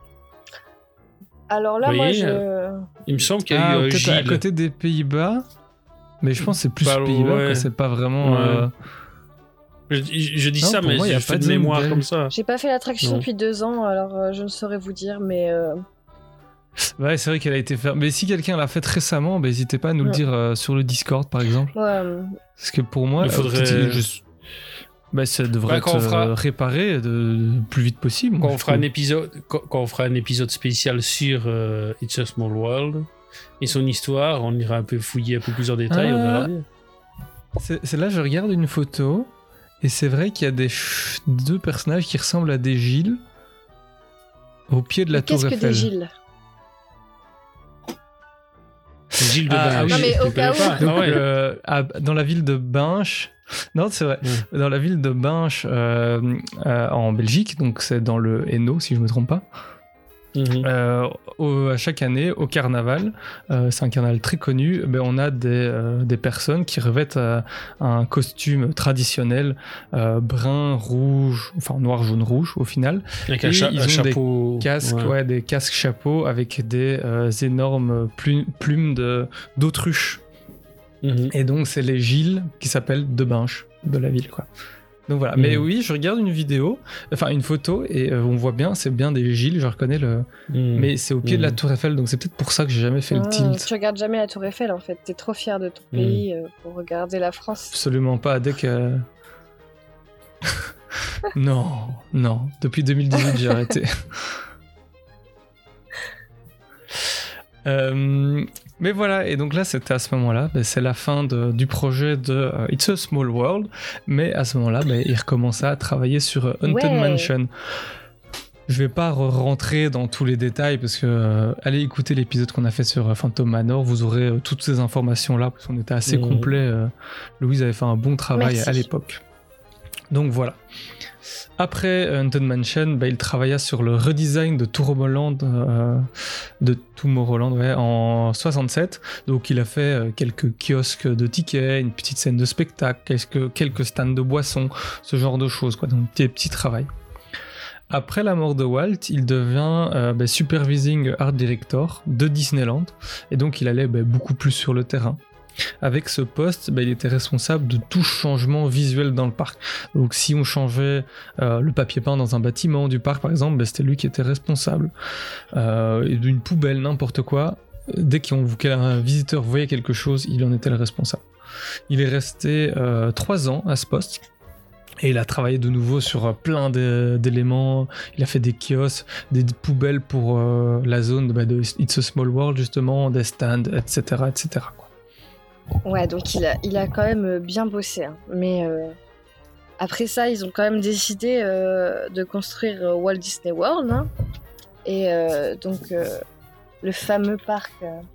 Alors là, moi, il me semble qu'il y a eu Gilles. À côté des Pays-Bas, mais je pense que c'est plus Pays-Bas, que c'est pas vraiment... Je dis ça, mais je fais de mémoire comme ça. J'ai pas fait l'attraction depuis 2 ans, alors je ne saurais vous dire, mais... Ouais, c'est vrai qu'elle a été faite. Mais si quelqu'un l'a faite récemment, n'hésitez pas à nous le dire sur le Discord, par exemple. Ouais. Parce que pour moi, il faudrait... ça devrait être réparé le plus vite possible. Quand on fera un épisode spécial sur It's a Small World et son histoire, on ira un peu fouiller un peu plus en détail, on verra bien. C'est là, je regarde une photo, et c'est vrai qu'il y a 2 personnages qui ressemblent à des Gilles au pied de la Tour Eiffel. Qu'est-ce que des Gilles? Gilles de Binche. Non, mais au cas où. Donc, dans la ville de Binche. Non, c'est vrai. Dans la ville de Binche, en Belgique, donc c'est dans le Hainaut, si je me trompe pas. À chaque année, au carnaval, c'est un carnaval très connu, on a des personnes qui revêtent un costume traditionnel brun, rouge, enfin noir, jaune, rouge au final. Avec un chapeau. Des casques, des casques chapeaux avec des énormes plumes d'autruche. Et donc c'est les Gilles qui s'appellent de Binche de la ville, quoi. Donc voilà, mais oui, je regarde une photo, et on voit bien, c'est bien des Gilles, je reconnais mais c'est au pied de la Tour Eiffel, donc c'est peut-être pour ça que j'ai jamais fait le tilt. Tu regardes jamais la Tour Eiffel, en fait, t'es trop fier de ton pays pour regarder la France. Absolument pas, dès que... non, depuis 2018 j'ai arrêté. Mais voilà, et donc là c'était à ce moment-là, c'est la fin du projet de It's a Small World, mais à ce moment-là il recommençait à travailler sur Haunted Mansion. Je vais pas rentrer dans tous les détails parce que allez écouter l'épisode qu'on a fait sur Phantom Manor, vous aurez toutes ces informations là parce qu'on était assez complet. Louise avait fait un bon travail à l'époque. Donc voilà. Après Haunted Mansion, il travailla sur le redesign de Tomorrowland, en 67. Donc il a fait quelques kiosques de tickets, une petite scène de spectacle, quelques stands de boissons, ce genre de choses, quoi. Donc petit travail. Après la mort de Walt, il devient supervising art director de Disneyland, et donc il allait beaucoup plus sur le terrain. Avec ce poste, il était responsable de tout changement visuel dans le parc. Donc si on changeait le papier peint dans un bâtiment du parc par exemple, c'était lui qui était responsable. Et d'une poubelle, n'importe quoi, dès qu'un visiteur voyait quelque chose, il en était le responsable. Il est resté 3 ans à ce poste. Et il a travaillé de nouveau sur plein d'éléments. Il a fait des kiosques, des poubelles pour la zone de It's a Small World justement, des stands, etc. etc. quoi. Ouais, donc il a quand même bien bossé. Hein. Mais après ça, ils ont quand même décidé de construire Walt Disney World. Hein. Et donc, le fameux parc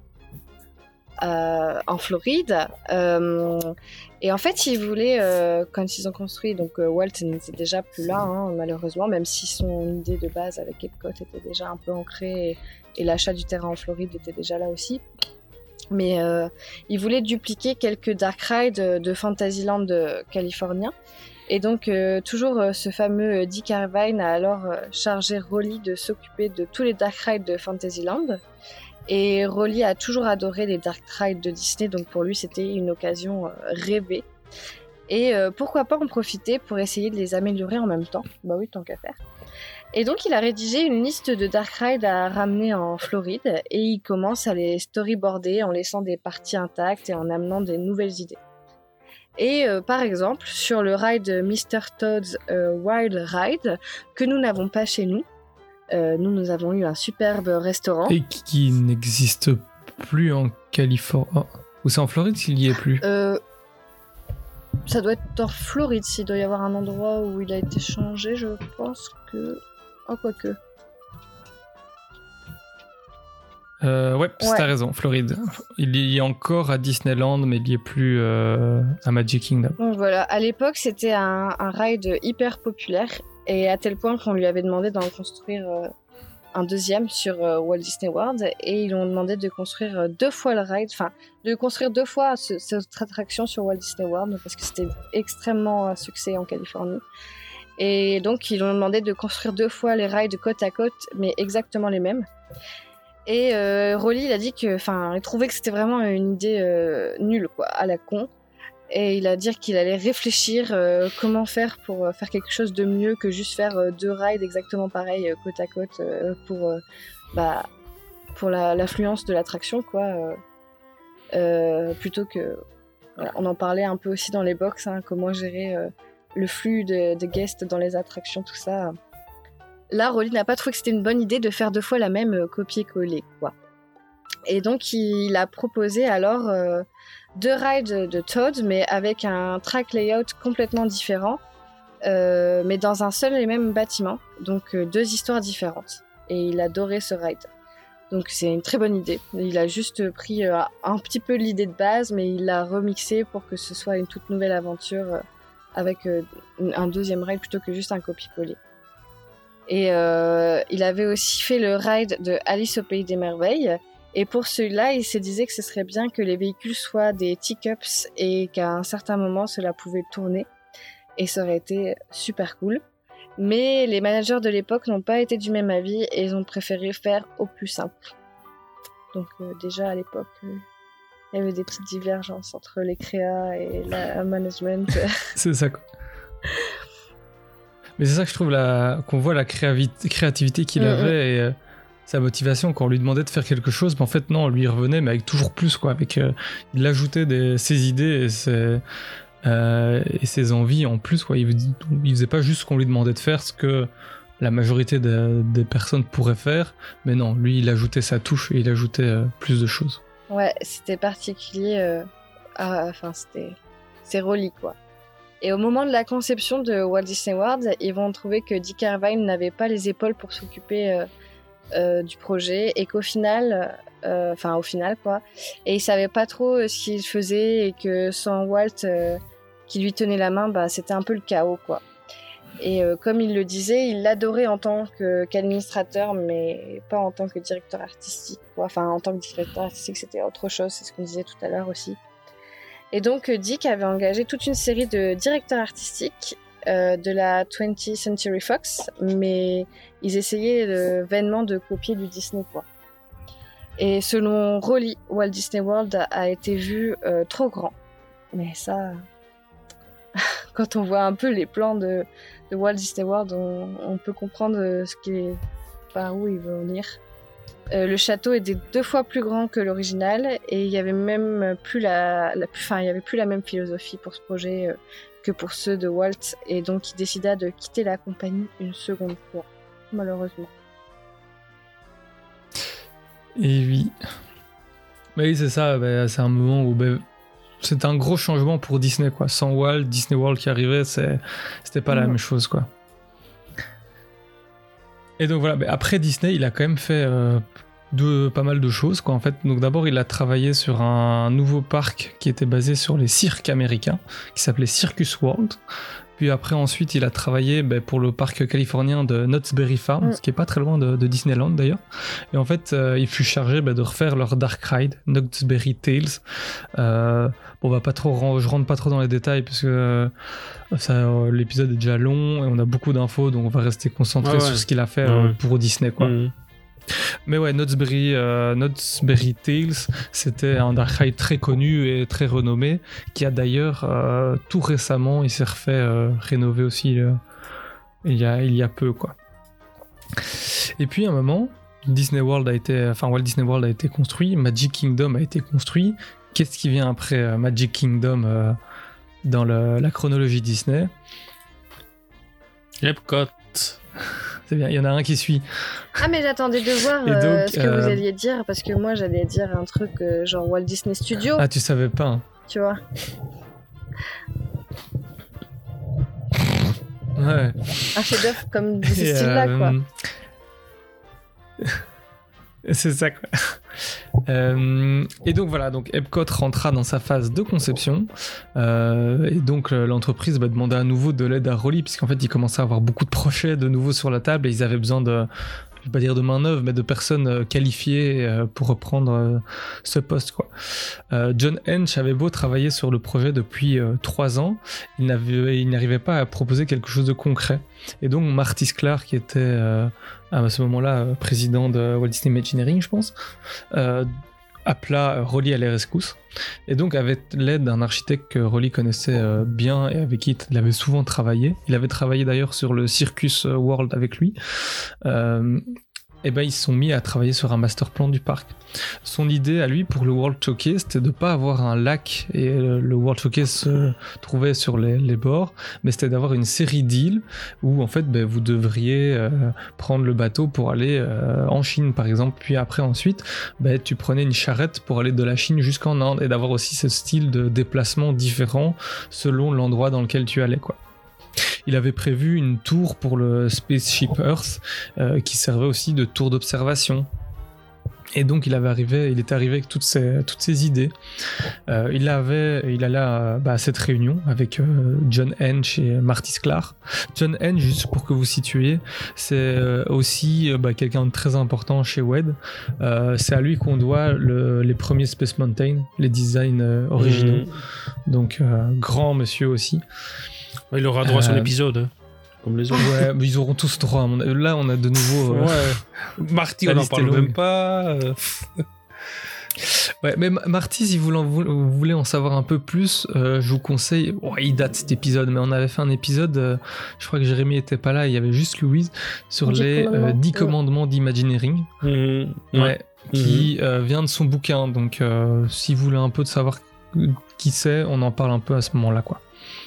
en Floride. Et en fait, ils voulaient, quand ils ont construit, donc Walt n'était déjà plus là, hein, malheureusement, même si son idée de base avec Epcot était déjà un peu ancrée et l'achat du terrain en Floride était déjà là aussi. Mais ils voulaient dupliquer quelques dark rides de Fantasyland californien. Et donc, toujours ce fameux Dick Irvine a alors chargé Rolly de s'occuper de tous les dark rides de Fantasyland. Et Rolly a toujours adoré les dark rides de Disney, donc pour lui, c'était une occasion rêvée. Et pourquoi pas en profiter pour essayer de les améliorer en même temps. Bah oui, tant qu'à faire. Et donc, il a rédigé une liste de dark rides à ramener en Floride et il commence à les storyboarder en laissant des parties intactes et en amenant des nouvelles idées. Et par exemple, sur le ride Mr. Toad's Wild Ride, que nous n'avons pas chez nous, nous avons eu un superbe restaurant. Et qui n'existe plus en Californie. Oh. Ou c'est en Floride s'il n'y est plus Ça doit être en Floride, s'il doit y avoir un endroit où il a été changé, je pense que... Oh, quoique. Ouais, t'as raison, Floride. Il y est encore à Disneyland, mais il n'y est plus à Magic Kingdom. Donc voilà, à l'époque, c'était un ride hyper populaire, et à tel point qu'on lui avait demandé d'en construire un deuxième sur Walt Disney World, et ils lui ont demandé de construire 2 fois le ride, enfin, de construire 2 fois cette attraction sur Walt Disney World, parce que c'était extrêmement un succès en Californie. Et donc, ils lui ont demandé de construire 2 fois les rides côte à côte, mais exactement les mêmes. Et Rolly, il a dit que, enfin, il trouvait que c'était vraiment une idée nulle, quoi, à la con. Et il a dit qu'il allait réfléchir comment faire pour faire quelque chose de mieux que juste faire 2 rides exactement pareils côte à côte pour l'affluence de l'attraction, quoi. Plutôt que, voilà, on en parlait un peu aussi dans les box, hein, comment gérer le flux de guests dans les attractions, tout ça. Là, Rolly n'a pas trouvé que c'était une bonne idée de faire 2 fois la même copier-coller, quoi. Et donc, il a proposé alors 2 rides de Toad, mais avec un track layout complètement différent, mais dans un seul et même bâtiment. Donc, 2 histoires différentes. Et il adorait ce ride. Donc, c'est une très bonne idée. Il a juste pris un petit peu l'idée de base, mais il l'a remixé pour que ce soit une toute nouvelle aventure avec un 2e ride plutôt que juste un copier-coller. Et il avait aussi fait le ride de Alice au Pays des Merveilles. Et pour celui-là, il se disait que ce serait bien que les véhicules soient des teacups et qu'à un certain moment, cela pouvait tourner. Et ça aurait été super cool. Mais les managers de l'époque n'ont pas été du même avis et ils ont préféré faire au plus simple. Donc déjà à l'époque, il y avait des petites divergences entre les créas et la management. C'est ça, quoi. Mais c'est ça que je trouve qu'on voit la créativité qu'il avait et sa motivation quand on lui demandait de faire quelque chose. Mais en fait, non, on lui revenait, mais avec toujours plus, quoi. Il ajoutait ses idées et ses envies en plus, quoi. Il faisait pas juste ce qu'on lui demandait de faire, ce que la majorité des personnes pourraient faire. Mais non, lui, il ajoutait sa touche et il ajoutait plus de choses. Ouais, c'était particulier. C'est Rolly, quoi. Et au moment de la conception de Walt Disney World, ils vont trouver que Dick Irvine n'avait pas les épaules pour s'occuper du projet et qu'au final, au final, quoi, et il savait pas trop ce qu'il faisait et que sans Walt qui lui tenait la main, c'était un peu le chaos, quoi. Et comme il le disait, il l'adorait en tant qu'administrateur, mais pas en tant que directeur artistique, quoi. Enfin, en tant que directeur artistique, c'était autre chose, c'est ce qu'on disait tout à l'heure aussi. Et donc Dick avait engagé toute une série de directeurs artistiques de la 20th Century Fox, mais ils essayaient vainement de copier du Disney, quoi. Et selon Rolly, Walt Disney World a été vu trop grand. Mais ça, quand on voit un peu les plans de Walt Disney World, on peut comprendre par où il veut en venir. Le château était 2 fois plus grand que l'original et il y avait même plus il y avait plus la même philosophie pour ce projet que pour ceux de Walt, et donc il décida de quitter la compagnie une seconde fois, malheureusement. Et oui. Mais oui, c'est ça, c'est un moment où c'était un gros changement pour Disney, quoi. Sans Walt, Disney World qui arrivait, c'était pas la même chose, quoi. Et donc voilà, après Disney, il a quand même fait pas mal de choses, quoi, en fait. Donc d'abord, il a travaillé sur un nouveau parc qui était basé sur les cirques américains, qui s'appelait Circus World. Puis après, ensuite, il a travaillé pour le parc californien de Knott's Berry Farm, ce qui est pas très loin de Disneyland d'ailleurs. Et en fait, il fut chargé de refaire leur Dark Ride, Knott's Berry Tales. On va pas trop, je rentre pas trop dans les détails parce que l'épisode est déjà long et on a beaucoup d'infos, donc on va rester concentré sur ce qu'il a fait pour Disney, quoi. Mais ouais, Knott's Berry Tales, c'était un Dark Ride très connu et très renommé, qui a d'ailleurs tout récemment, il s'est refait rénover aussi il y a peu, quoi. Et puis à un moment, Walt Disney World a été construit, Magic Kingdom a été construit. Qu'est-ce qui vient après Magic Kingdom dans la chronologie Disney? Epcot. C'est bien, il y en a un qui suit. Ah, mais j'attendais de voir donc, ce que vous alliez dire, parce que moi j'allais dire un truc genre Walt Disney Studios. Ah, tu savais pas, hein. Tu vois. Ouais. Un chef-d'œuvre comme de ce style-là, quoi. C'est ça, quoi. Et donc voilà, Epcot rentra dans sa phase de conception, et donc l'entreprise demandait à nouveau de l'aide à Rolly, puisqu'en fait il commençait à avoir beaucoup de projets de nouveau sur la table et ils avaient besoin de, je vais pas dire de main-d'œuvre, mais de personnes qualifiées pour reprendre ce poste, quoi. John Hench avait beau travailler sur le projet depuis 3 ans, il n'arrivait pas à proposer quelque chose de concret. Et donc Marty Sklar, qui était à ce moment-là président de Walt Disney Imagineering, je pense, appela Rolly à la rescousse. Et donc avec l'aide d'un architecte que Rolly connaissait bien et avec qui il avait souvent travaillé, il avait travaillé d'ailleurs sur le Circus World avec lui, et ils se sont mis à travailler sur un master plan du parc. Son idée à lui pour le World Showcase, c'était de ne pas avoir un lac et le World Showcase se trouvait sur les bords, mais c'était d'avoir une série d'îles où en fait vous devriez prendre le bateau pour aller en Chine par exemple, puis après ensuite tu prenais une charrette pour aller de la Chine jusqu'en Inde, et d'avoir aussi ce style de déplacement différent selon l'endroit dans lequel tu allais, quoi. Il avait prévu une tour pour le Spaceship Earth qui servait aussi de tour d'observation. Et donc il était arrivé avec toutes ces idées. Il allait à cette réunion avec John Hench et Marty Sklar. John Hench, juste pour que vous situiez, c'est aussi quelqu'un de très important chez WED. C'est à lui qu'on doit les premiers Space Mountain, les designs originaux. Donc grand monsieur aussi. Il aura droit à son épisode, hein, comme les autres. Ouais, mais ils auront tous droit. Là, on a de nouveau. Marty, on n'en parle même pas. Ouais, mais Marty, si vous voulez en savoir un peu plus, je vous conseille. Il date cet épisode, mais on avait fait un épisode. Je crois que Jérémy était pas là. Il y avait juste Louise sur les 10 commandements d'Imagineering. Qui vient de son bouquin. Donc, si vous voulez un peu de savoir qui c'est, on en parle un peu à ce moment-là, quoi.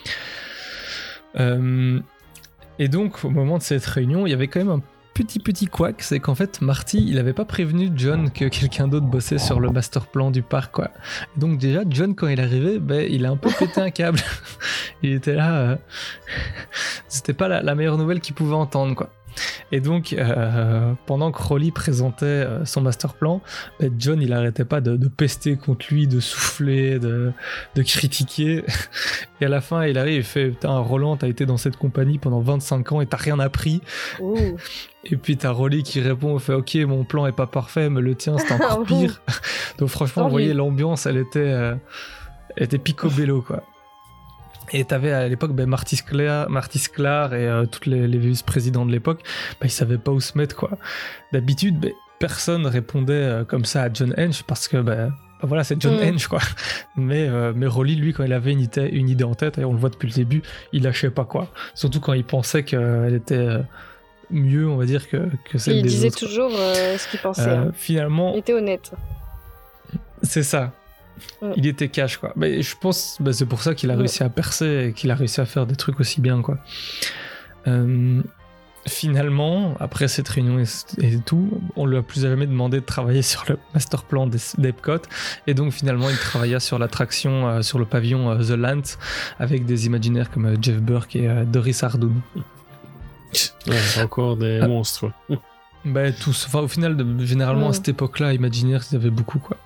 Et donc au moment de cette réunion, il y avait quand même un petit couac, c'est qu'en fait Marty, il avait pas prévenu John que quelqu'un d'autre bossait sur le master plan du parc, quoi. Et donc déjà John, quand il est arrivé, il a un peu pété un câble. Il était là, c'était pas la meilleure nouvelle qu'il pouvait entendre, quoi. Et donc pendant que Rolly présentait son master plan, John il arrêtait pas de pester contre lui, de souffler, de critiquer, et à la fin il arrive et fait: putain Roland, t'as été dans cette compagnie pendant 25 ans et t'as rien appris. Et puis t'as Rolly qui répond, fait: ok, mon plan est pas parfait, mais le tien c'est encore pire. Donc franchement vous voyez, l'ambiance elle était picobello, quoi. Et t'avais à l'époque Marty Sklar et tous les vice-présidents de l'époque, ils savaient pas où se mettre, quoi. D'habitude, personne répondait comme ça à John Hench parce que voilà, c'est John Hench, quoi. Mais Rolly, lui, quand il avait une idée en tête, et on le voit depuis le début, il lâchait pas, quoi. Surtout quand il pensait qu'elle était mieux, on va dire, que celle des autres. Il disait toujours ce qu'il pensait. Finalement, il était honnête. C'est ça. Il était cash, quoi. Mais je pense c'est pour ça qu'il a réussi à percer et qu'il a réussi à faire des trucs aussi bien, quoi. Finalement, après cette réunion et tout, on lui a plus jamais demandé de travailler sur le master plan d'Epcot, et donc finalement il travailla sur l'attraction sur le pavillon The Land avec des imaginaires comme Jeff Burke et Doris Ardoun. Encore des monstres. Tous. Enfin, au final, généralement à cette époque-là, imaginaires, il y avait beaucoup, quoi.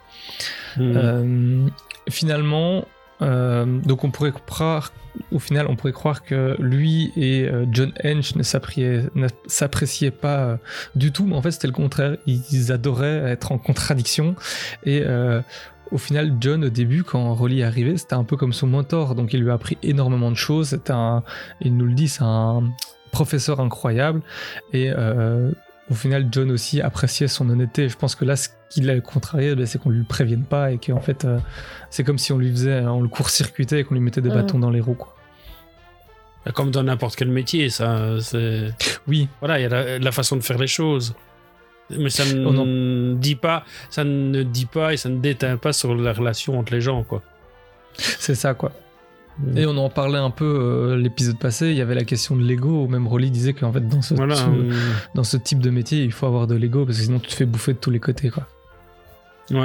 Finalement, donc on pourrait croire que lui et John Hench ne s'appréciaient pas du tout, mais en fait c'était le contraire. Ils adoraient être en contradiction, et au final, John, au début, quand Rolly est arrivé, c'était un peu comme son mentor, donc il lui a appris énormément de choses. Il nous le dit, c'est un professeur incroyable, et au final, John aussi appréciait son honnêteté. Je pense que là, ce qui l'a contrarié, c'est qu'on lui le prévienne pas, et qu'en fait, c'est comme si on le court-circuitait et qu'on lui mettait des bâtons dans les roues, quoi. Comme dans n'importe quel métier, ça. Oui. Voilà, il y a la façon de faire les choses. Mais ça ne dit pas et ça ne déteint pas sur la relation entre les gens, quoi. C'est ça, quoi. Et on en parlait un peu l'épisode passé, il y avait la question de l'ego, où même Rolly disait qu'en fait dans ce type de métier, il faut avoir de l'ego, parce que sinon tu te fais bouffer de tous les côtés, quoi. Ouais.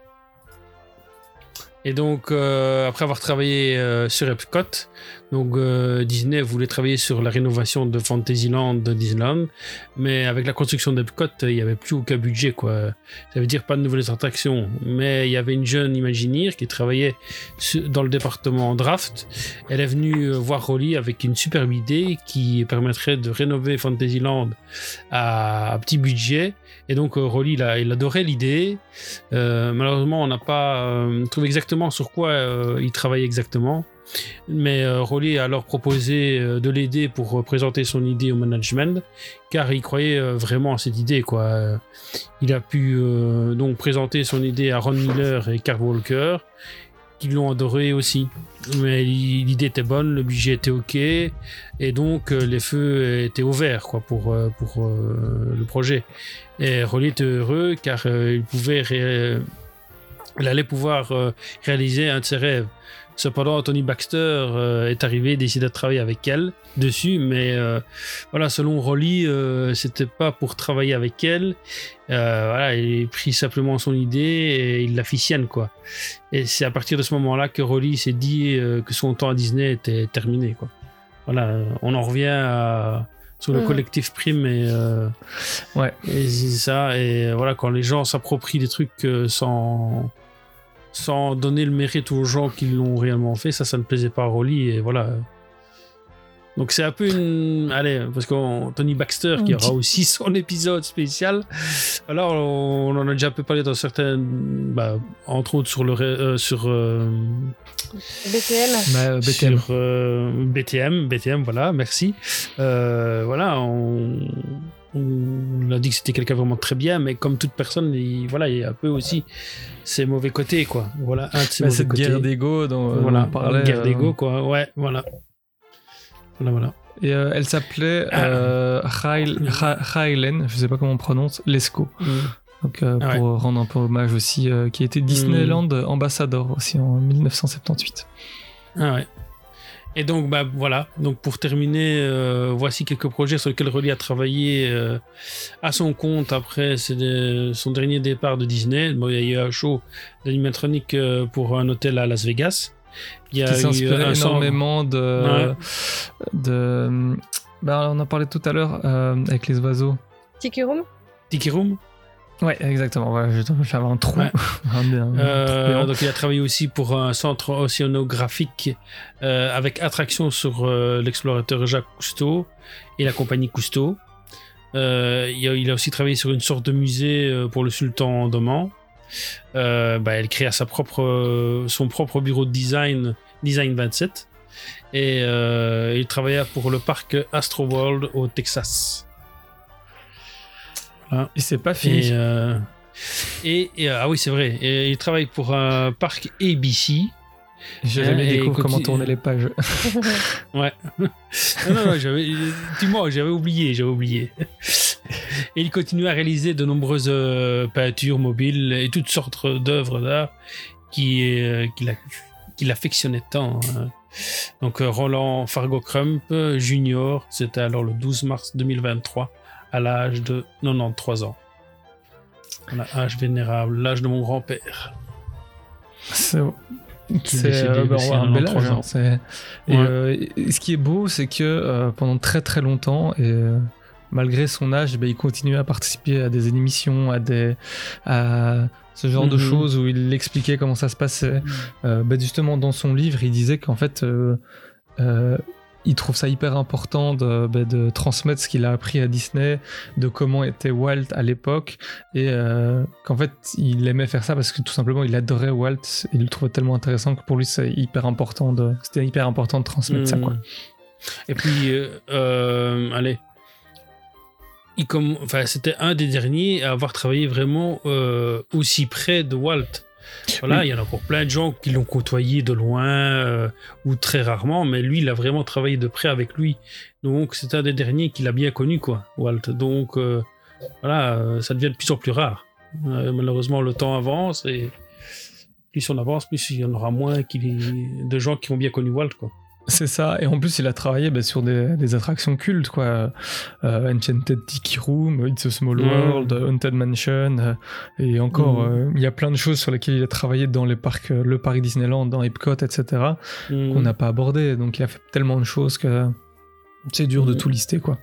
Et donc, après avoir travaillé sur Epcot, donc Disney voulait travailler sur la rénovation de Fantasyland de Disneyland, mais avec la construction d'Epcot, il n'y avait plus aucun budget, quoi. Ça veut dire pas de nouvelles attractions, mais il y avait une jeune Imagineer qui travaillait dans le département Draft. Elle est venue voir Rolly avec une superbe idée qui permettrait de rénover Fantasyland à petit budget. Et donc Rolly, il adorait l'idée. Malheureusement, on n'a pas trouvé exactement sur quoi il travaillait exactement. Mais Rolly a alors proposé de l'aider pour présenter son idée au management, car il croyait vraiment à cette idée, quoi. Il a pu donc présenter son idée à Ron Miller et Carl Walker, qui l'ont adoré aussi. Mais l'idée était bonne, le budget était ok, et donc les feux étaient ouverts, quoi, pour le projet. Et Rolly était heureux car il allait pouvoir réaliser un de ses rêves. Cependant, Tony Baxter est arrivé, décidé de travailler avec elle dessus, mais voilà, selon Rolly, c'était pas pour travailler avec elle. Voilà, il a pris simplement son idée et il l'a fait sienne, quoi. Et c'est à partir de ce moment-là que Rolly s'est dit que son temps à Disney était terminé, quoi. Voilà, on en revient sur le collectif Prime et c'est ça. Et voilà, quand les gens s'approprient des trucs sans donner le mérite aux gens qui l'ont réellement fait, ça ne plaisait pas à Rolly, et voilà. Donc c'est un peu parce que Tony Baxter, qui aura aussi son épisode spécial, alors on en a déjà un peu parlé dans certaines, entre autres sur BTM, voilà, merci. Voilà, on a dit que c'était quelqu'un vraiment très bien, mais comme toute personne, il y a un peu aussi ses mauvais côtés, quoi. Voilà, un de ses mauvais côtés. Cette guerre d'ego dont on parlait. Guerre d'ego, quoi. Ouais, voilà. Et elle s'appelait Haylene, je sais pas comment on prononce, Lescaut. Donc pour rendre un peu hommage aussi, qui a été Disneyland ambassador aussi en 1978. Ah ouais. Et donc, voilà. Donc, pour terminer, voici quelques projets sur lesquels Rolly a travaillé à son compte après son dernier départ de Disney. Bon, il y a eu un show d'animatronique pour un hôtel à Las Vegas. Qui s'inspirait énormément on en parlait tout à l'heure avec les oiseaux. Tiki Room. Ouais, exactement. Ouais, j'avais un trou. Ouais. Donc il a travaillé aussi pour un centre océanographique avec attraction sur l'explorateur Jacques Cousteau et la compagnie Cousteau. Il a aussi travaillé sur une sorte de musée pour le sultan d'Oman. Elle créa son propre bureau de design 27. Et il travailla pour le parc Astroworld au Texas. Voilà. Et c'est pas fini. Ah oui, c'est vrai. Et il travaille pour un parc ABC. Jérémy découvre comment tourner les pages. Ouais. Non, j'avais oublié. Et il continue à réaliser de nombreuses peintures mobiles et toutes sortes d'œuvres d'art qu'il affectionnait tant. Donc Roland Fargo Crump Jr., c'était alors le 12 mars 2023, à l'âge de 93 ans. Voilà, âge vénérable, l'âge de mon grand-père. C'est un bel âge. Hein, et ce qui est beau, c'est que pendant très très longtemps, et malgré son âge, il continuait à participer à des émissions, à ce genre de choses où il expliquait comment ça se passait. Justement, dans son livre, il disait qu'en fait, il trouve ça hyper important de transmettre ce qu'il a appris à Disney, de comment était Walt à l'époque, et qu'en fait, il aimait faire ça parce que tout simplement, il adorait Walt, il le trouvait tellement intéressant que pour lui, c'était hyper important de transmettre ça, quoi. Et puis, c'était un des derniers à avoir travaillé vraiment aussi près de Walt. Voilà, il y en a encore plein de gens qui l'ont côtoyé de loin ou très rarement, mais lui, il a vraiment travaillé de près avec lui. Donc, c'est un des derniers qu'il a bien connu, quoi, Walt. Donc, ça devient de plus en plus rare. Malheureusement, le temps avance et plus on avance, plus il y en aura moins de gens qui ont bien connu Walt, quoi. C'est ça, et en plus il a travaillé sur des attractions cultes, quoi. Enchanted Tiki Room, It's a Small World, Haunted Mansion, et encore, il y a plein de choses sur lesquelles il a travaillé dans le parc Disneyland, dans Epcot, etc., qu'on n'a pas abordé. Donc il a fait tellement de choses que c'est dur de tout lister, quoi.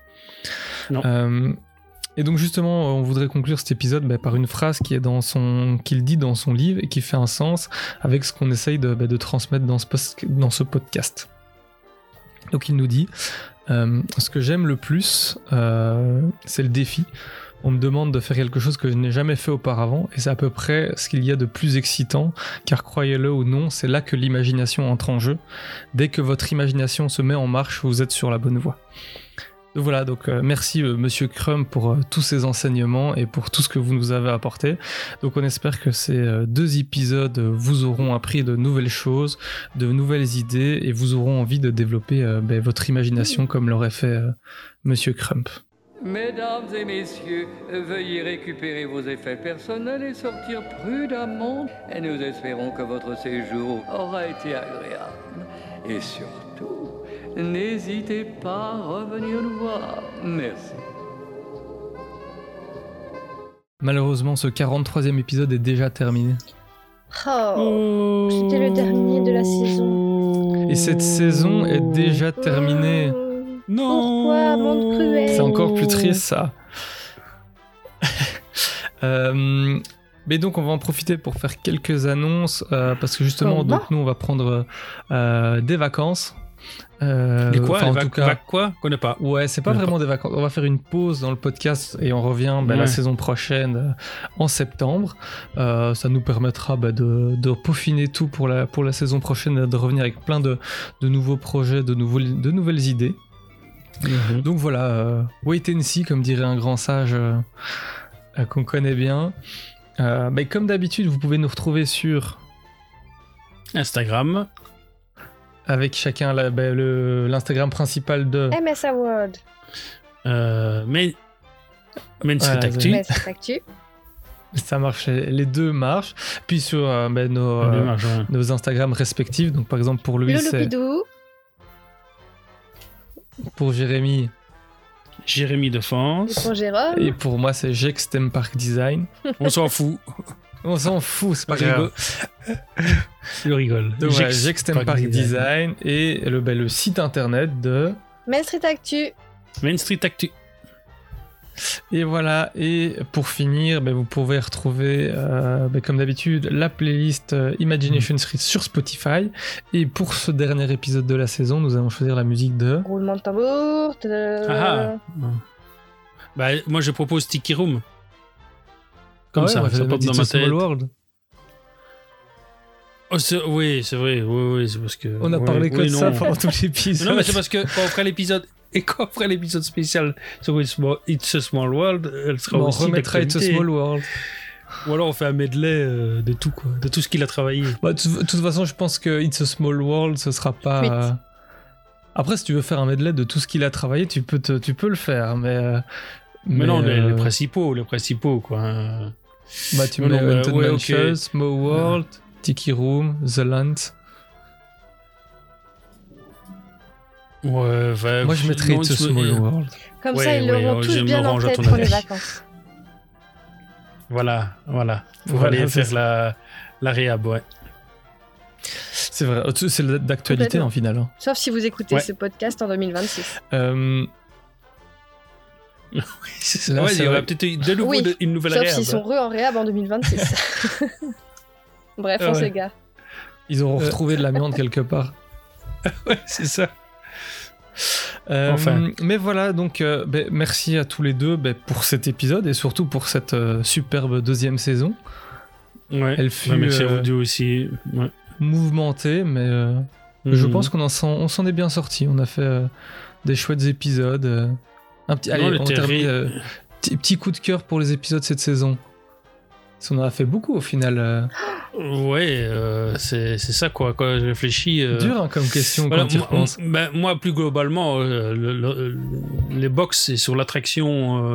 Et donc justement, on voudrait conclure cet épisode par une phrase qu'il dit dans son livre et qui fait un sens avec ce qu'on essaye de transmettre dans ce podcast. Donc il nous dit ce que j'aime le plus, c'est le défi. On me demande de faire quelque chose que je n'ai jamais fait auparavant, et c'est à peu près ce qu'il y a de plus excitant, car croyez-le ou non, c'est là que l'imagination entre en jeu. Dès que votre imagination se met en marche, vous êtes sur la bonne voie. Donc voilà, merci Monsieur Crump pour tous ces enseignements et pour tout ce que vous nous avez apporté. Donc on espère que ces 2 épisodes vous auront appris de nouvelles choses, de nouvelles idées, et vous auront envie de développer votre imagination comme l'aurait fait Monsieur Crump. Mesdames et messieurs, veuillez récupérer vos effets personnels et sortir prudemment. Et nous espérons que votre séjour aura été agréable. Et surtout, n'hésitez pas à revenir nous voir. Merci. Malheureusement, ce 43e épisode est déjà terminé. Oh, c'était le dernier de la saison. Et cette saison est déjà terminée. Non. Pourquoi, monde cruel? C'est encore plus triste, ça. Mais donc on va en profiter pour faire quelques annonces parce que justement nous on va prendre des vacances. Quoi connais pas. Ouais, c'est pas vraiment des vacances. On va faire une pause dans le podcast et on revient la saison prochaine en septembre. Ça nous permettra de peaufiner tout pour la saison prochaine, de revenir avec plein de nouveaux projets, de nouvelles idées. Donc voilà, wait and see, comme dirait un grand sage qu'on connaît bien. Comme d'habitude, vous pouvez nous retrouver sur Instagram, avec chacun l'Instagram principal de MS Award, Main Street Actu. Ça marche, les deux marchent. Puis sur nos Instagram respectifs, donc par exemple pour lui c'est pour Jérémy Défense. Et pour Jérôme. Et pour moi, c'est Jextem Park Design. On s'en fout. C'est pas grave. Je rigole. Donc voilà, Jextem Park Design et le site internet de Main Street Actu. Et voilà, et pour finir, vous pouvez retrouver, comme d'habitude, la playlist Imagination Street sur Spotify. Et pour ce dernier épisode de la saison, nous allons choisir la musique de... Roulement de tambour. Moi, je propose Tiki Room. Comme ça pop dans ma tête. World. Oui, c'est vrai. Oui, c'est parce que. On a parlé que de ça pendant tout l'épisode. Non, mais c'est parce que quand on fera l'épisode. Et quand on fera l'épisode spécial sur It's a Small World, elle sera aussi. On remettra It's a Small World. Ou alors on fait un medley de tout, quoi. De tout ce qu'il a travaillé. De toute façon, je pense que It's a Small World, ce sera pas. Après, si tu veux faire un medley de tout ce qu'il a travaillé, tu peux le faire, mais non, les principaux, quoi. Bah, tu mets Haunted Mansion, Small World, Tiki Room, The Land. Ouais, moi je mettrais It's a Small World. Comme ça, ils l'auront tous bien en tête pour les vacances. Voilà. Pour aller faire la réhab, ouais. C'est vrai, c'est d'actualité en final. Hein. Sauf si vous écoutez ce podcast en 2026. Oui, c'est ça. Ouais, il y aura peut-être de nouveau une nouvelle réhab. Sauf s'ils sont en réhab en 2026. Bref, on s'égare. Ils auront retrouvé de l'amiante quelque part. Ouais, c'est ça. Enfin. Mais voilà, donc merci à tous les deux pour cet épisode et surtout pour cette superbe deuxième saison. Ouais, elle fut merci à vous deux aussi. Ouais. Mouvementée, mais je pense qu'on s'en est bien sorti. On a fait des chouettes épisodes. Allez, on termine. Petit coup de cœur pour les épisodes cette saison. On en a fait beaucoup au final. Ouais, c'est ça quoi. Quand je réfléchis. Dur comme question quand tu y repenses. Moi, plus globalement, les box et sur l'attraction,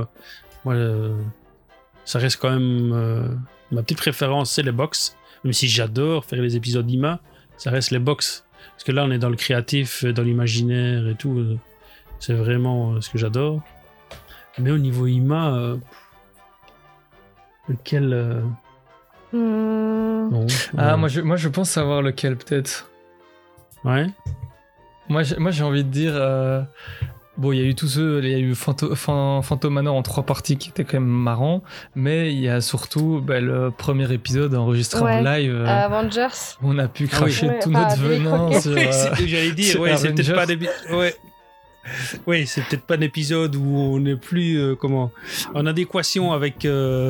ça reste quand même ma petite préférence, c'est les box. Même si j'adore faire les épisodes d'IMA, ça reste les box. Parce que là, on est dans le créatif, dans l'imaginaire et tout. C'est vraiment ce que j'adore. Mais au niveau IMA, lequel non, moi je pense savoir lequel peut-être. Ouais. Moi j'ai envie de dire bon, il y a eu tous ceux, il y a eu Phantom Manor en 3 parties qui était quand même marrant, mais il y a surtout le premier épisode enregistré en live Avengers. On a pu cracher tout notre venin sur j'allais dire c'est peut-être pas des oui, c'est peut-être pas un épisode où on n'est plus en adéquation avec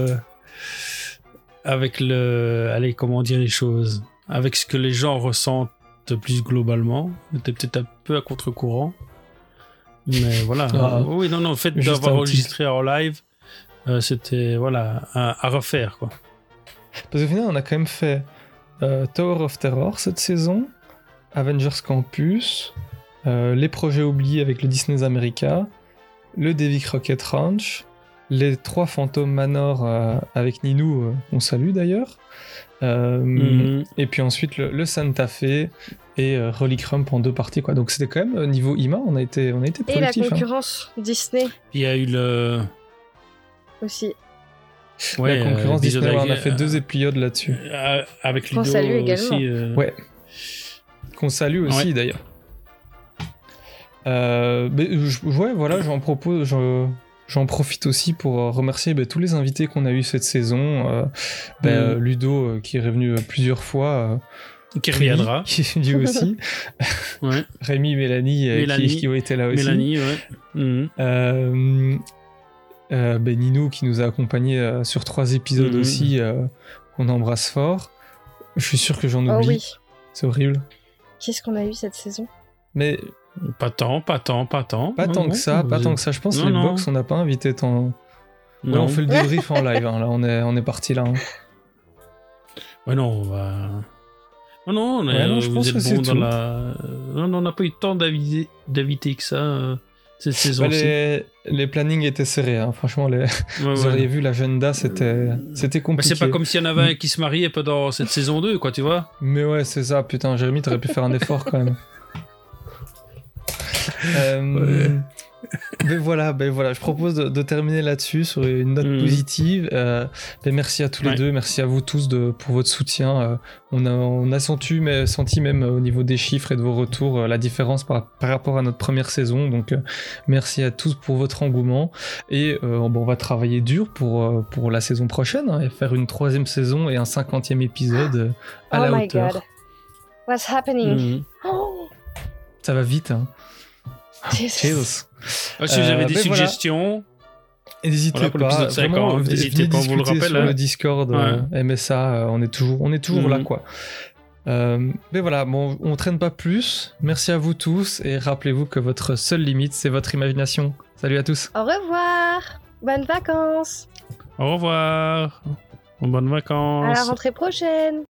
allez, comment dire les choses, avec ce que les gens ressentent plus globalement. C'était peut-être un peu à contre-courant, mais voilà. Oui, non, le fait d'avoir enregistré en live, c'était à refaire quoi. Parce qu'au final, on a quand même fait Tower of Terror cette saison, Avengers Campus, les projets oubliés avec le Disney's America, le Davy Crockett Ranch, les 3 Phantom Manor avec Ninou, on salue d'ailleurs, et puis ensuite le Santa Fe et Rollick Rump en 2 parties quoi. Donc c'était quand même niveau IMA, on a été productif. Et la concurrence Disney. Puis il y a eu le aussi. Ouais, la concurrence Disney, on a fait 2 épisodes là-dessus. Avec Ludo qu'on salue également. aussi. Ouais. Qu'on salue aussi d'ailleurs. Voilà, j'en profite aussi pour remercier tous les invités qu'on a eu cette saison. Ludo qui est revenu plusieurs fois. Qui reviendra. Qui est venu aussi. Ouais. Rémi, Mélanie. Qui ont été là aussi. Mélanie, ouais. Ninou qui nous a accompagnés sur 3 épisodes aussi, qu'on embrasse fort. Je suis sûr que j'en oublie. Oh oui. C'est horrible. Qu'est-ce qu'on a eu cette saison? Mais... Pas tant. Pas tant que ça. Je pense que les box, on n'a pas invité tant. Ouais, on fait le débrief en live. Hein. Là, on est parti là. Hein. Ouais, non, on va. Non, je pense que c'est tout. Non, on n'a pas eu le temps d'inviter que ça cette saison-ci. Les plannings étaient serrés. Hein. Franchement, vous auriez vu l'agenda, c'était compliqué. C'est pas comme s'il y en avait un qui se mariait pendant cette saison 2, quoi, tu vois. Mais ouais, c'est ça. Putain, Jérémy, t'aurais pu faire un effort quand même. Mais voilà, je propose de terminer là-dessus sur une note positive. Merci à tous les deux, merci à vous tous pour votre soutien. On a senti même au niveau des chiffres et de vos retours la différence par rapport à notre première saison. Donc merci à tous pour votre engouement et on va travailler dur pour la saison prochaine et faire une 3e saison et un 50e épisode à la hauteur. God. What's happening? Ça va vite, hein. Cheers. Si vous avez des suggestions, n'hésitez pas. Vraiment, n'hésitez pas, on vous le rappelle. Sur le Discord, MSA, on est toujours là, quoi. Mais voilà, bon, on traîne pas plus. Merci à vous tous et rappelez-vous que votre seule limite, c'est votre imagination. Salut à tous. Au revoir. Bonnes vacances. Au revoir. Bonnes vacances. À la rentrée prochaine.